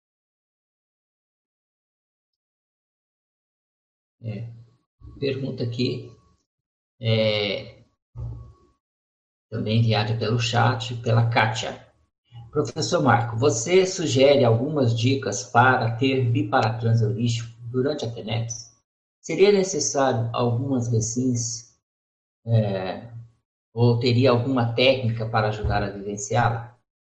É, pergunta aqui, é, também enviada pelo chat, pela Kátia. Professor Marco, você sugere algumas dicas para ter biparatranse holístico durante a TENEPS? Seria necessário algumas recins, é, ou teria alguma técnica para ajudar a vivenciá-la?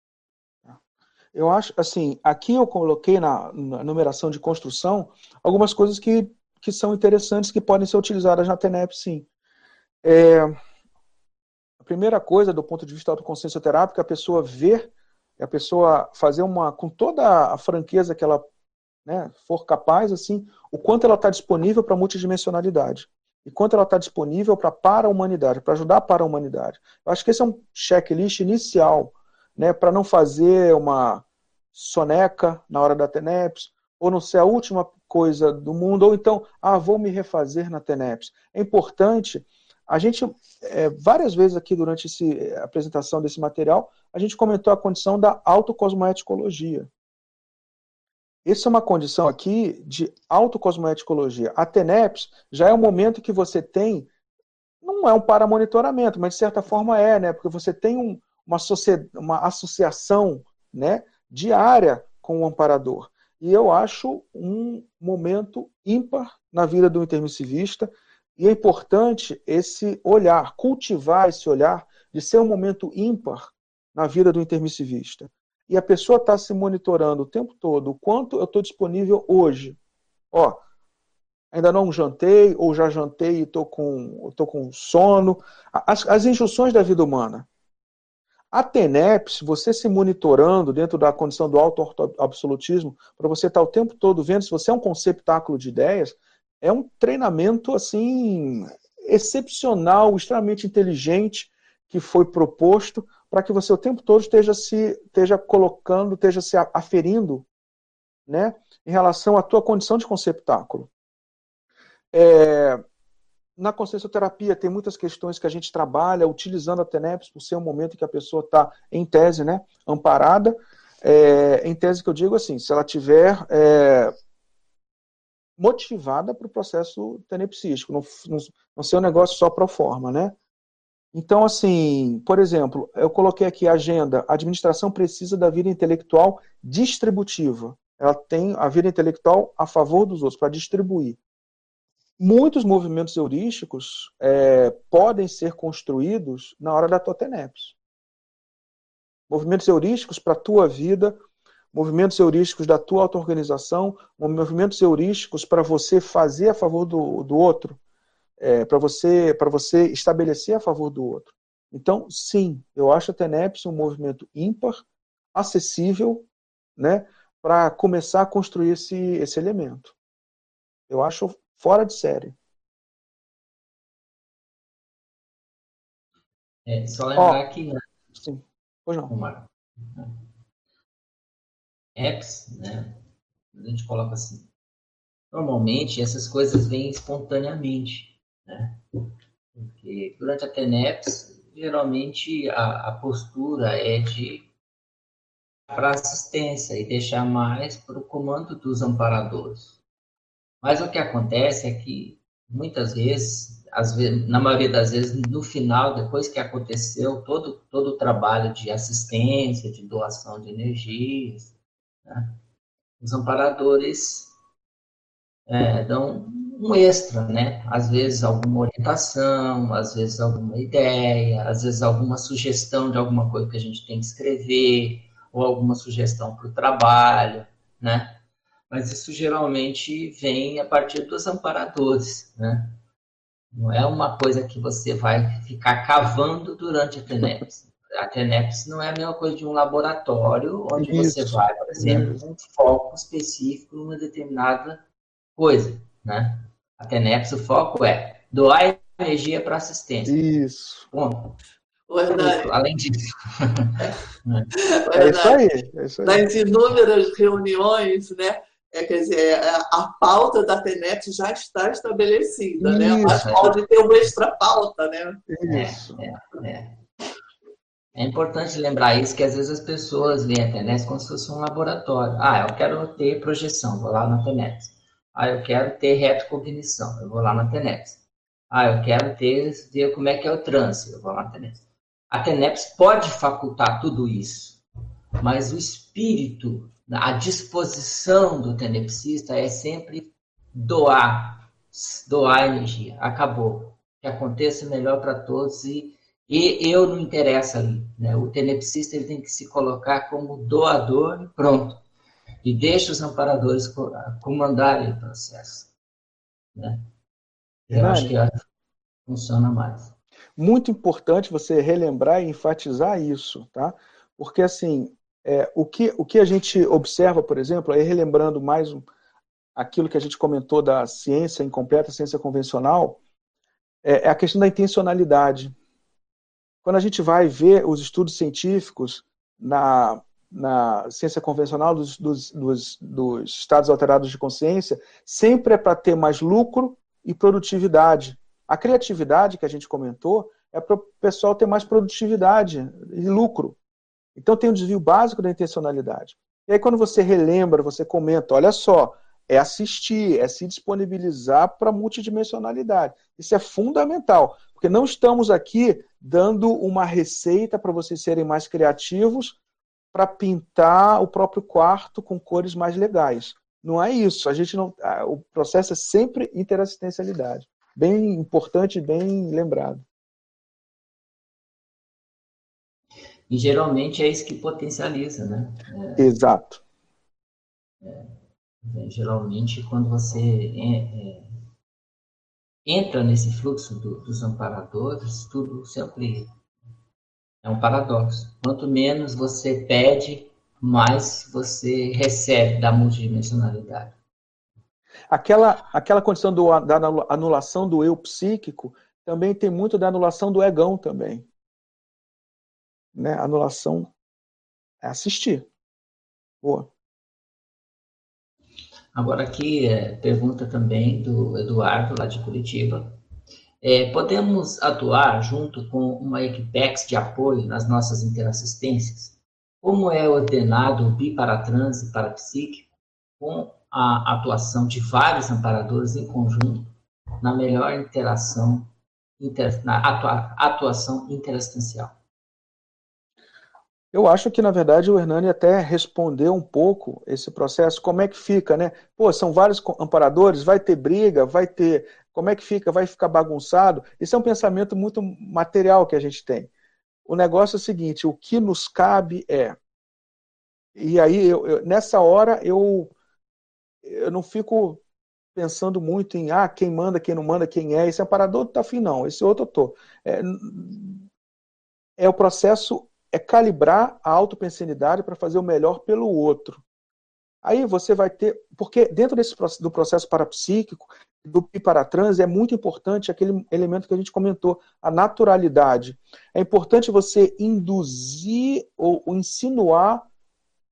Eu acho, assim, aqui eu coloquei na, na numeração de construção algumas coisas que, que são interessantes, que podem ser utilizadas na TENEPS, sim. É, a primeira coisa, do ponto de vista autoconsciencioterápico, é a pessoa ver, é a pessoa fazer uma, com toda a franqueza que ela, né, for capaz, assim, o quanto ela está disponível para a multidimensionalidade. E quanto ela está disponível para a para-humanidade, para ajudar a para-humanidade. Eu acho que esse é um checklist inicial, né, para não fazer uma soneca na hora da TENEPS, ou não ser a última coisa do mundo, ou então, ah, vou me refazer na TENEPS. É importante, a gente, é, várias vezes aqui durante esse, a apresentação desse material, a gente comentou a condição da autocosmoeticologia. Essa é uma condição aqui de autocosmoeticologia. A TENEPS já é um momento que você tem, não é um paramonitoramento, mas de certa forma é, né? Porque você tem um, uma, uma associação, né, diária com o amparador. E eu acho um momento ímpar na vida do intermissivista, e é importante esse olhar, cultivar esse olhar de ser um momento ímpar na vida do intermissivista. E a pessoa está se monitorando o tempo todo, o quanto eu estou disponível hoje. Ó, ainda não jantei, ou já jantei e estou com, tô com sono. As, as injunções da vida humana. A TENEPS, você se monitorando dentro da condição do auto-absolutismo, para você estar o tempo todo vendo se você é um conceptáculo de ideias, é um treinamento assim excepcional, extremamente inteligente, que foi proposto para que você o tempo todo esteja se esteja colocando, esteja se aferindo, né, em relação à tua condição de conceptáculo. É, na consciencioterapia tem muitas questões que a gente trabalha utilizando a TENEPS por ser um momento que a pessoa está, em tese, né, amparada. É, em tese que eu digo assim, se ela tiver é, motivada para o processo tenepsístico, não, não, não ser um negócio só pro forma, né? Então, assim, por exemplo, eu coloquei aqui a agenda, a administração precisa da vida intelectual distributiva. Ela tem a vida intelectual a favor dos outros, para distribuir. Muitos movimentos heurísticos é, podem ser construídos na hora da tua TENEPS. Movimentos heurísticos para a tua vida, movimentos heurísticos da tua auto-organização, movimentos heurísticos para você fazer a favor do, do outro, é, para você, para você estabelecer a favor do outro. Então, sim, eu acho a TENEPS um movimento ímpar, acessível, né, para começar a construir esse, esse elemento. Eu acho fora de série.
É, só lembrar
Ó,
que...
sim. Pois não.
Omar, apps, né? A gente coloca assim. Normalmente, essas coisas vêm espontaneamente, né? Porque durante a TENEPS, geralmente a, a postura é de para assistência e deixar mais para o comando dos amparadores. Mas o que acontece é que, muitas vezes, às vezes, na maioria das vezes, no final, depois que aconteceu todo, todo o trabalho de assistência, de doação de energias, né, os amparadores é, dão um extra, né? Às vezes alguma orientação, às vezes alguma ideia, às vezes alguma sugestão de alguma coisa que a gente tem que escrever, ou alguma sugestão para o trabalho, né? Mas isso geralmente vem a partir dos amparadores, né? Não é uma coisa que você vai ficar cavando durante a TENEPS. A TENEPS não é a mesma coisa de um laboratório onde você
Isso.
vai, por exemplo, com um foco específico numa determinada coisa, né? A TENEPS, o foco é doar energia para assistência.
Isso.
Ponto.
O Hernani,
Além disso.
o
É isso
Hernani,
aí. É isso aí.
nas inúmeras reuniões, né? É, quer dizer, a, a pauta da TENEPS já está estabelecida, né? Mas
Isso.
pode ter uma extra pauta, né?
Isso.
É, é, é. É importante lembrar isso, que às vezes as pessoas veem a TENEPS como se fosse um laboratório. Ah, eu quero ter projeção, vou lá na TENEPS. Ah, eu quero ter retrocognição, eu vou lá na TENEPS. Ah, eu quero ter, ver como é que é o trânsito, eu vou lá na TENEPS. A TENEPS pode facultar tudo isso, mas o espírito, a disposição do tenepsista é sempre doar, doar energia. Acabou. Que aconteça melhor para todos e, e eu não interessa ali. Né? O tenepsista ele tem que se colocar como doador e pronto. E deixa os amparadores comandarem o processo. Né? Eu acho que funciona mais.
Muito importante você relembrar e enfatizar isso, tá? Porque, assim, é, o, que, o que a gente observa, por exemplo, aí relembrando mais um, aquilo que a gente comentou da ciência incompleta, ciência convencional, é, é a questão da intencionalidade. Quando a gente vai ver os estudos científicos na, na ciência convencional dos, dos, dos, dos estados alterados de consciência, sempre é para ter mais lucro e produtividade. A criatividade que a gente comentou é para o pessoal ter mais produtividade e lucro. Então tem um desvio básico da intencionalidade. E aí quando você relembra, você comenta, olha só, é assistir, é se disponibilizar para a multidimensionalidade. Isso é fundamental, porque não estamos aqui dando uma receita para vocês serem mais criativos para pintar o próprio quarto com cores mais legais. Não é isso. A gente não, o processo é sempre interassistencialidade. Bem importante e bem lembrado.
E geralmente é isso que potencializa, né? É,
Exato.
É, geralmente quando você é, é, entra nesse fluxo do, dos amparadores, tudo sempre é um paradoxo. Quanto menos você pede, mais você recebe da multidimensionalidade.
Aquela, aquela condição do, da anulação do eu psíquico também tem muito da anulação do egão também. Né? A anulação é assistir. Boa.
Agora aqui, é, pergunta também do Eduardo, lá de Curitiba. É, podemos atuar junto com uma equipex de apoio nas nossas interassistências? Como é ordenado o biparatranse parapsíquico com a atuação de vários amparadores em conjunto na melhor interação, inter, na atua, atuação interassistencial?
Eu acho que, na verdade, o Hernani até respondeu um pouco esse processo. Como é que fica, né? Pô, são vários amparadores, vai ter briga, vai ter... Como é que fica? Vai ficar bagunçado? Isso é um pensamento muito material que a gente tem. O negócio é o seguinte, o que nos cabe é... E aí, eu, eu, nessa hora, eu, eu não fico pensando muito em ah, quem manda, quem não manda, quem é. Esse amparador tá afim, não. Esse outro eu tô. É, é o processo... é calibrar a autopensenidade para fazer o melhor pelo outro. Aí você vai ter... Porque dentro desse, do processo parapsíquico, do piparatranse, é muito importante aquele elemento que a gente comentou, a naturalidade. É importante você induzir ou, ou insinuar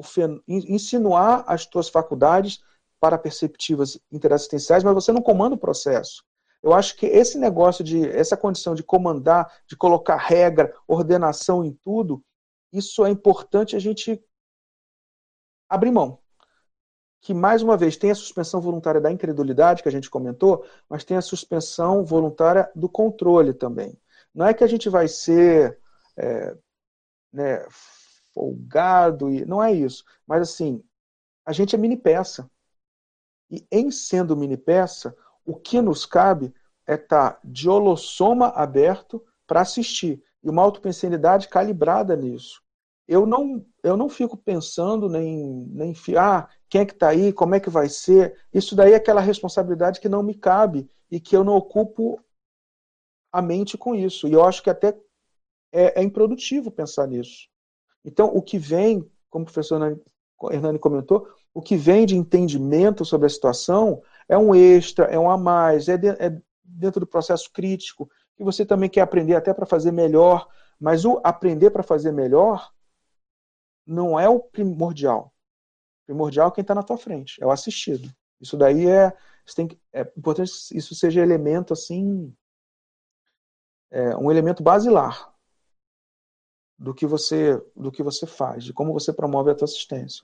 o fen... insinuar as tuas faculdades paraperceptivas interassistenciais, mas você não comanda o processo. Eu acho que esse negócio de, essa condição de comandar, de colocar regra, ordenação em tudo, isso é importante a gente abrir mão. Que, mais uma vez, tem a suspensão voluntária da incredulidade, que a gente comentou, mas tem a suspensão voluntária do controle também. Não é que a gente vai ser é, né, folgado, e não é isso. Mas, assim, a gente é mini peça. E, em sendo mini peça, o que nos cabe é estar de holossoma aberto para assistir. E uma autopensenidade calibrada nisso. Eu não, eu não fico pensando nem, nem ah, quem é que está aí, como é que vai ser. Isso daí é aquela responsabilidade que não me cabe e que eu não ocupo a mente com isso. E eu acho que até é, é improdutivo pensar nisso. Então, o que vem, como o professor Hernani comentou, o que vem de entendimento sobre a situação é um extra, é um a mais, é, de, é dentro do processo crítico, que você também quer aprender até para fazer melhor, mas o aprender para fazer melhor não é o primordial. O primordial é quem está na tua frente, é o assistido. Isso daí é, você tem que, é importante que isso seja elemento assim, é, um elemento basilar do que você, do que você faz, de como você promove a tua assistência.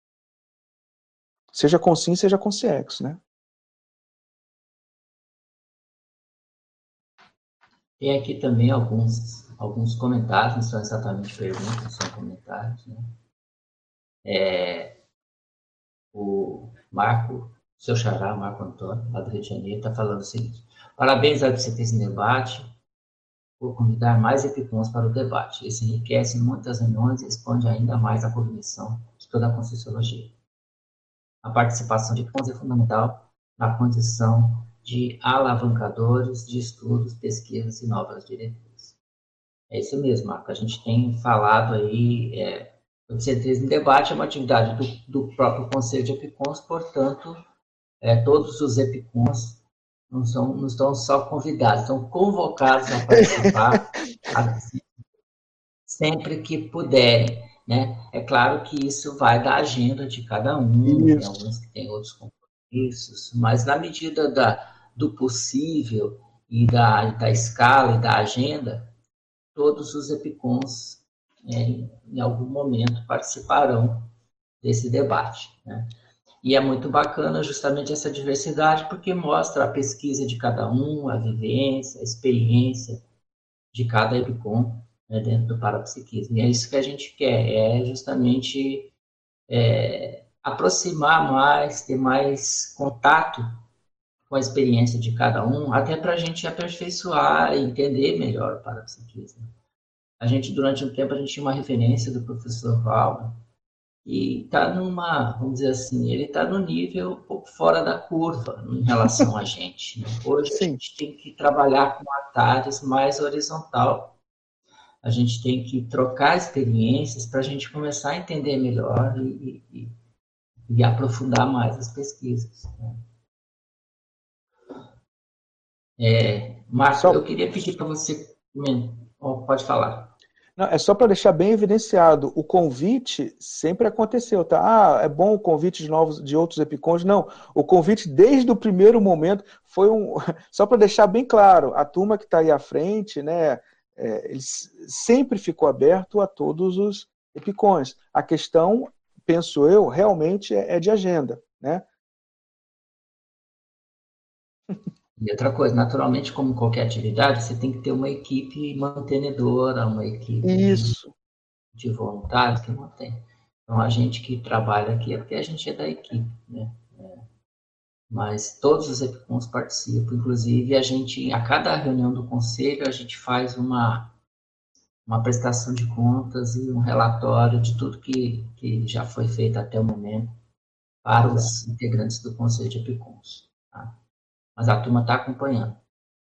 Seja consciência, seja consciex, né?
Tem aqui também alguns, alguns comentários, não são exatamente perguntas, são comentários, né? É, o Marco, seu xará, Marco Antônio, lá do Rio de Janeiro, está falando o seguinte: parabéns ao Psiquismo em Debate por convidar mais epicons para o debate. Isso enriquece muitas reuniões e expande ainda mais a cognição de toda a Conscienciologia. A participação de epicons é fundamental na condição de alavancadores de estudos, pesquisas e novas diretrizes. É isso mesmo, Marco. A gente tem falado aí, é, o Psiquismo em Debate é uma atividade do, do próprio Conselho de Epicons, portanto, é, todos os epicons não, são, não estão só convidados, estão convocados a participar sempre que puderem, né? É claro que isso vai da agenda de cada um, isso. Tem alguns que têm outros compromissos, mas na medida da, do possível e da, da escala e da agenda, todos os epicons, é, em algum momento, participarão desse debate, né? E é muito bacana justamente essa diversidade, porque mostra a pesquisa de cada um, a vivência, a experiência de cada epicom, né, dentro do parapsiquismo. E é isso que a gente quer, é justamente é, aproximar mais, ter mais contato com a experiência de cada um, até para a gente aperfeiçoar e entender melhor o parapsiquismo. A gente, durante um tempo, a gente tinha uma referência do professor Valdo, e está numa, vamos dizer assim, ele está no nível um pouco fora da curva em relação a gente, né? Hoje Sim. a gente tem que trabalhar com atares mais horizontal. A gente tem que trocar experiências para a gente começar a entender melhor e, e, e aprofundar mais as pesquisas, né? É, Marco, Só... eu queria pedir para você... Oh, pode falar.
Não, é só para deixar bem evidenciado, o convite sempre aconteceu, tá? Ah, é bom o convite de novos, de outros epicons. Não, o convite desde o primeiro momento foi um... Só para deixar bem claro, a turma que está aí à frente, né, é, ele sempre ficou aberto a todos os epicons. A questão, penso eu, realmente é, é de agenda, né?
E outra coisa, naturalmente, como qualquer atividade, você tem que ter uma equipe mantenedora, uma equipe
Isso.
de, de voluntários que mantém. Então, a gente que trabalha aqui é porque a gente é da equipe, né? É. Mas todos os epicons participam, inclusive a gente, a cada reunião do conselho, a gente faz uma, uma prestação de contas e um relatório de tudo que, que já foi feito até o momento para os integrantes do conselho de epicons, tá? Mas a turma está acompanhando.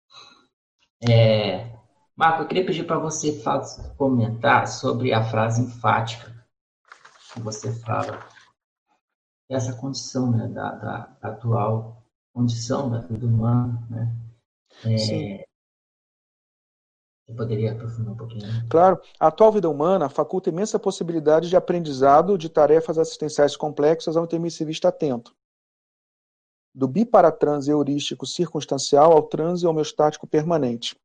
É, Marco, eu queria pedir para você faz, comentar sobre a frase enfática que você fala, essa condição, né, da, da, da atual condição da vida humana, né? É, Você poderia aprofundar um pouquinho?
Claro. A atual vida humana faculta imensa possibilidade de aprendizado de tarefas assistenciais complexas a um intermissivista atento. Do biparatranse heurístico circunstancial ao transe homeostático permanente.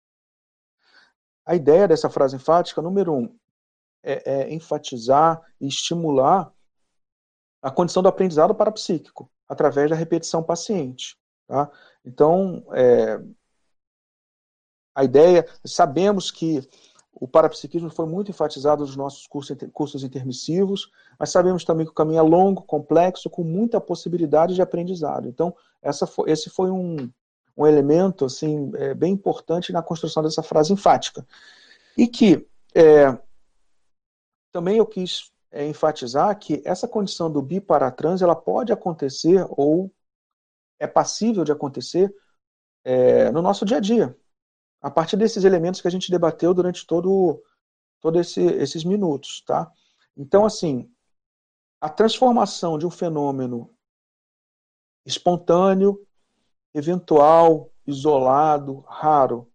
A ideia dessa frase enfática, número um, é, é enfatizar e estimular a condição do aprendizado parapsíquico, através da repetição paciente. Tá? Então, é, a ideia, sabemos que o parapsiquismo foi muito enfatizado nos nossos cursos, cursos intermissivos, mas sabemos também que o caminho é longo, complexo, com muita possibilidade de aprendizado. Então, essa foi, esse foi um, um elemento assim, é, bem importante na construção dessa frase enfática. E que é, também eu quis é, enfatizar que essa condição do biparatranse, ela pode acontecer ou é passível de acontecer é, no nosso dia a dia, a partir desses elementos que a gente debateu durante todo, todo esse, esses minutos. Tá? Então, assim, a transformação de um fenômeno espontâneo, eventual, isolado, raro,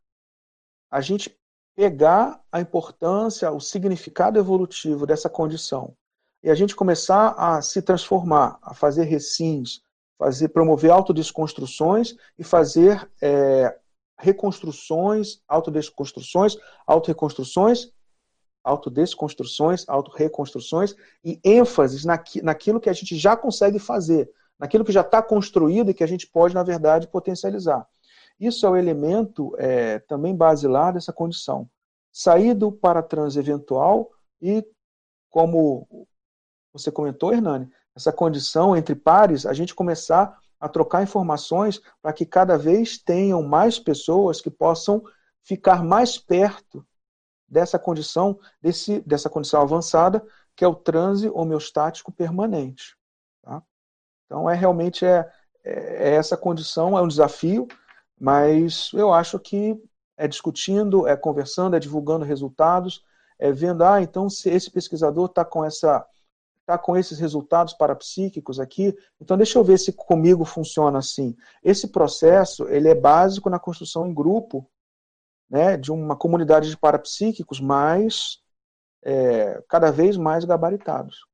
a gente pegar a importância, o significado evolutivo dessa condição e a gente começar a se transformar, a fazer recins, fazer, promover autodesconstruções e fazer é, reconstruções, autodesconstruções, autorreconstruções, autodesconstruções, autorreconstruções e ênfases naqui, naquilo que a gente já consegue fazer, naquilo que já está construído e que a gente pode, na verdade, potencializar. Isso é o elemento é, também basilar dessa condição. Sair do paratranse eventual e, como você comentou, Hernani, essa condição entre pares, a gente começar a trocar informações para que cada vez tenham mais pessoas que possam ficar mais perto dessa condição, desse, dessa condição avançada, que é o transe homeostático permanente. Tá? Então, é realmente é, é essa condição, é um desafio, mas eu acho que é discutindo, é conversando, é divulgando resultados, é vendo, ah, então se esse pesquisador está com essa, tá com esses resultados parapsíquicos aqui, então deixa eu ver se comigo funciona assim. Esse processo, ele é básico na construção em grupo, né, de uma comunidade de parapsíquicos mais, é, cada vez mais gabaritados.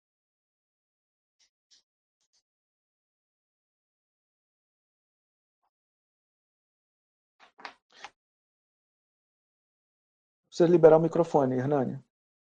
Precisa liberar o microfone, Hernani.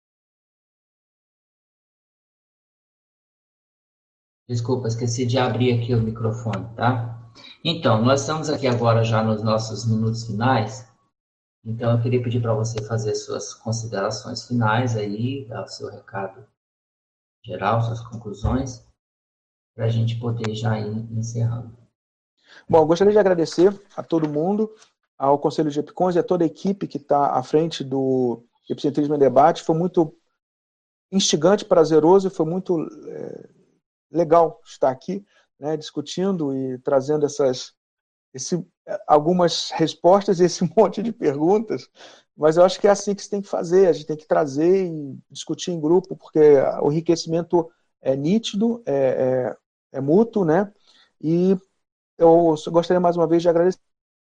Desculpa, esqueci de abrir aqui o microfone, tá? Então, nós estamos aqui agora já nos nossos minutos finais, então eu queria pedir para você fazer suas considerações finais aí, dar o seu recado geral, suas conclusões, para a gente poder já ir encerrando.
Bom, eu gostaria de agradecer a todo mundo, ao Conselho de Epicons e a toda a equipe que está à frente do Epicentrismo em Debate. Foi muito instigante, prazeroso e foi muito é, legal estar aqui, né, discutindo e trazendo essas, esse, algumas respostas e esse monte de perguntas, mas eu acho que é assim que se tem que fazer, a gente tem que trazer e discutir em grupo, porque o enriquecimento é nítido, é, é, é mútuo, né, e eu gostaria mais uma vez de agradecer.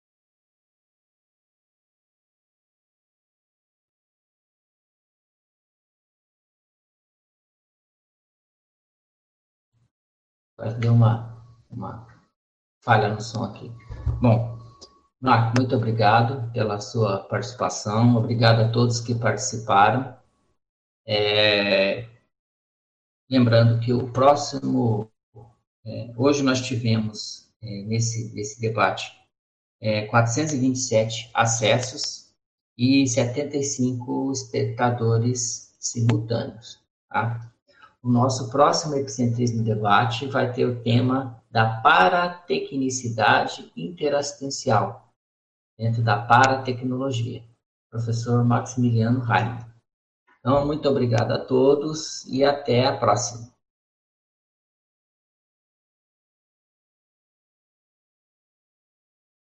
Deu uma, uma falha no som aqui. Bom, Marco, muito obrigado pela sua participação, obrigado a todos que participaram. É... Lembrando que o próximo... É, hoje nós tivemos, é, nesse, nesse debate, é, quatrocentos e vinte e sete acessos e setenta e cinco espectadores simultâneos. Tá? O nosso próximo Epicentrismo Debate vai ter o tema da paratecnicidade interassistencial, dentro da paratecnologia. Professor Maximiliano Heimann. Então, muito obrigado a todos e até a próxima.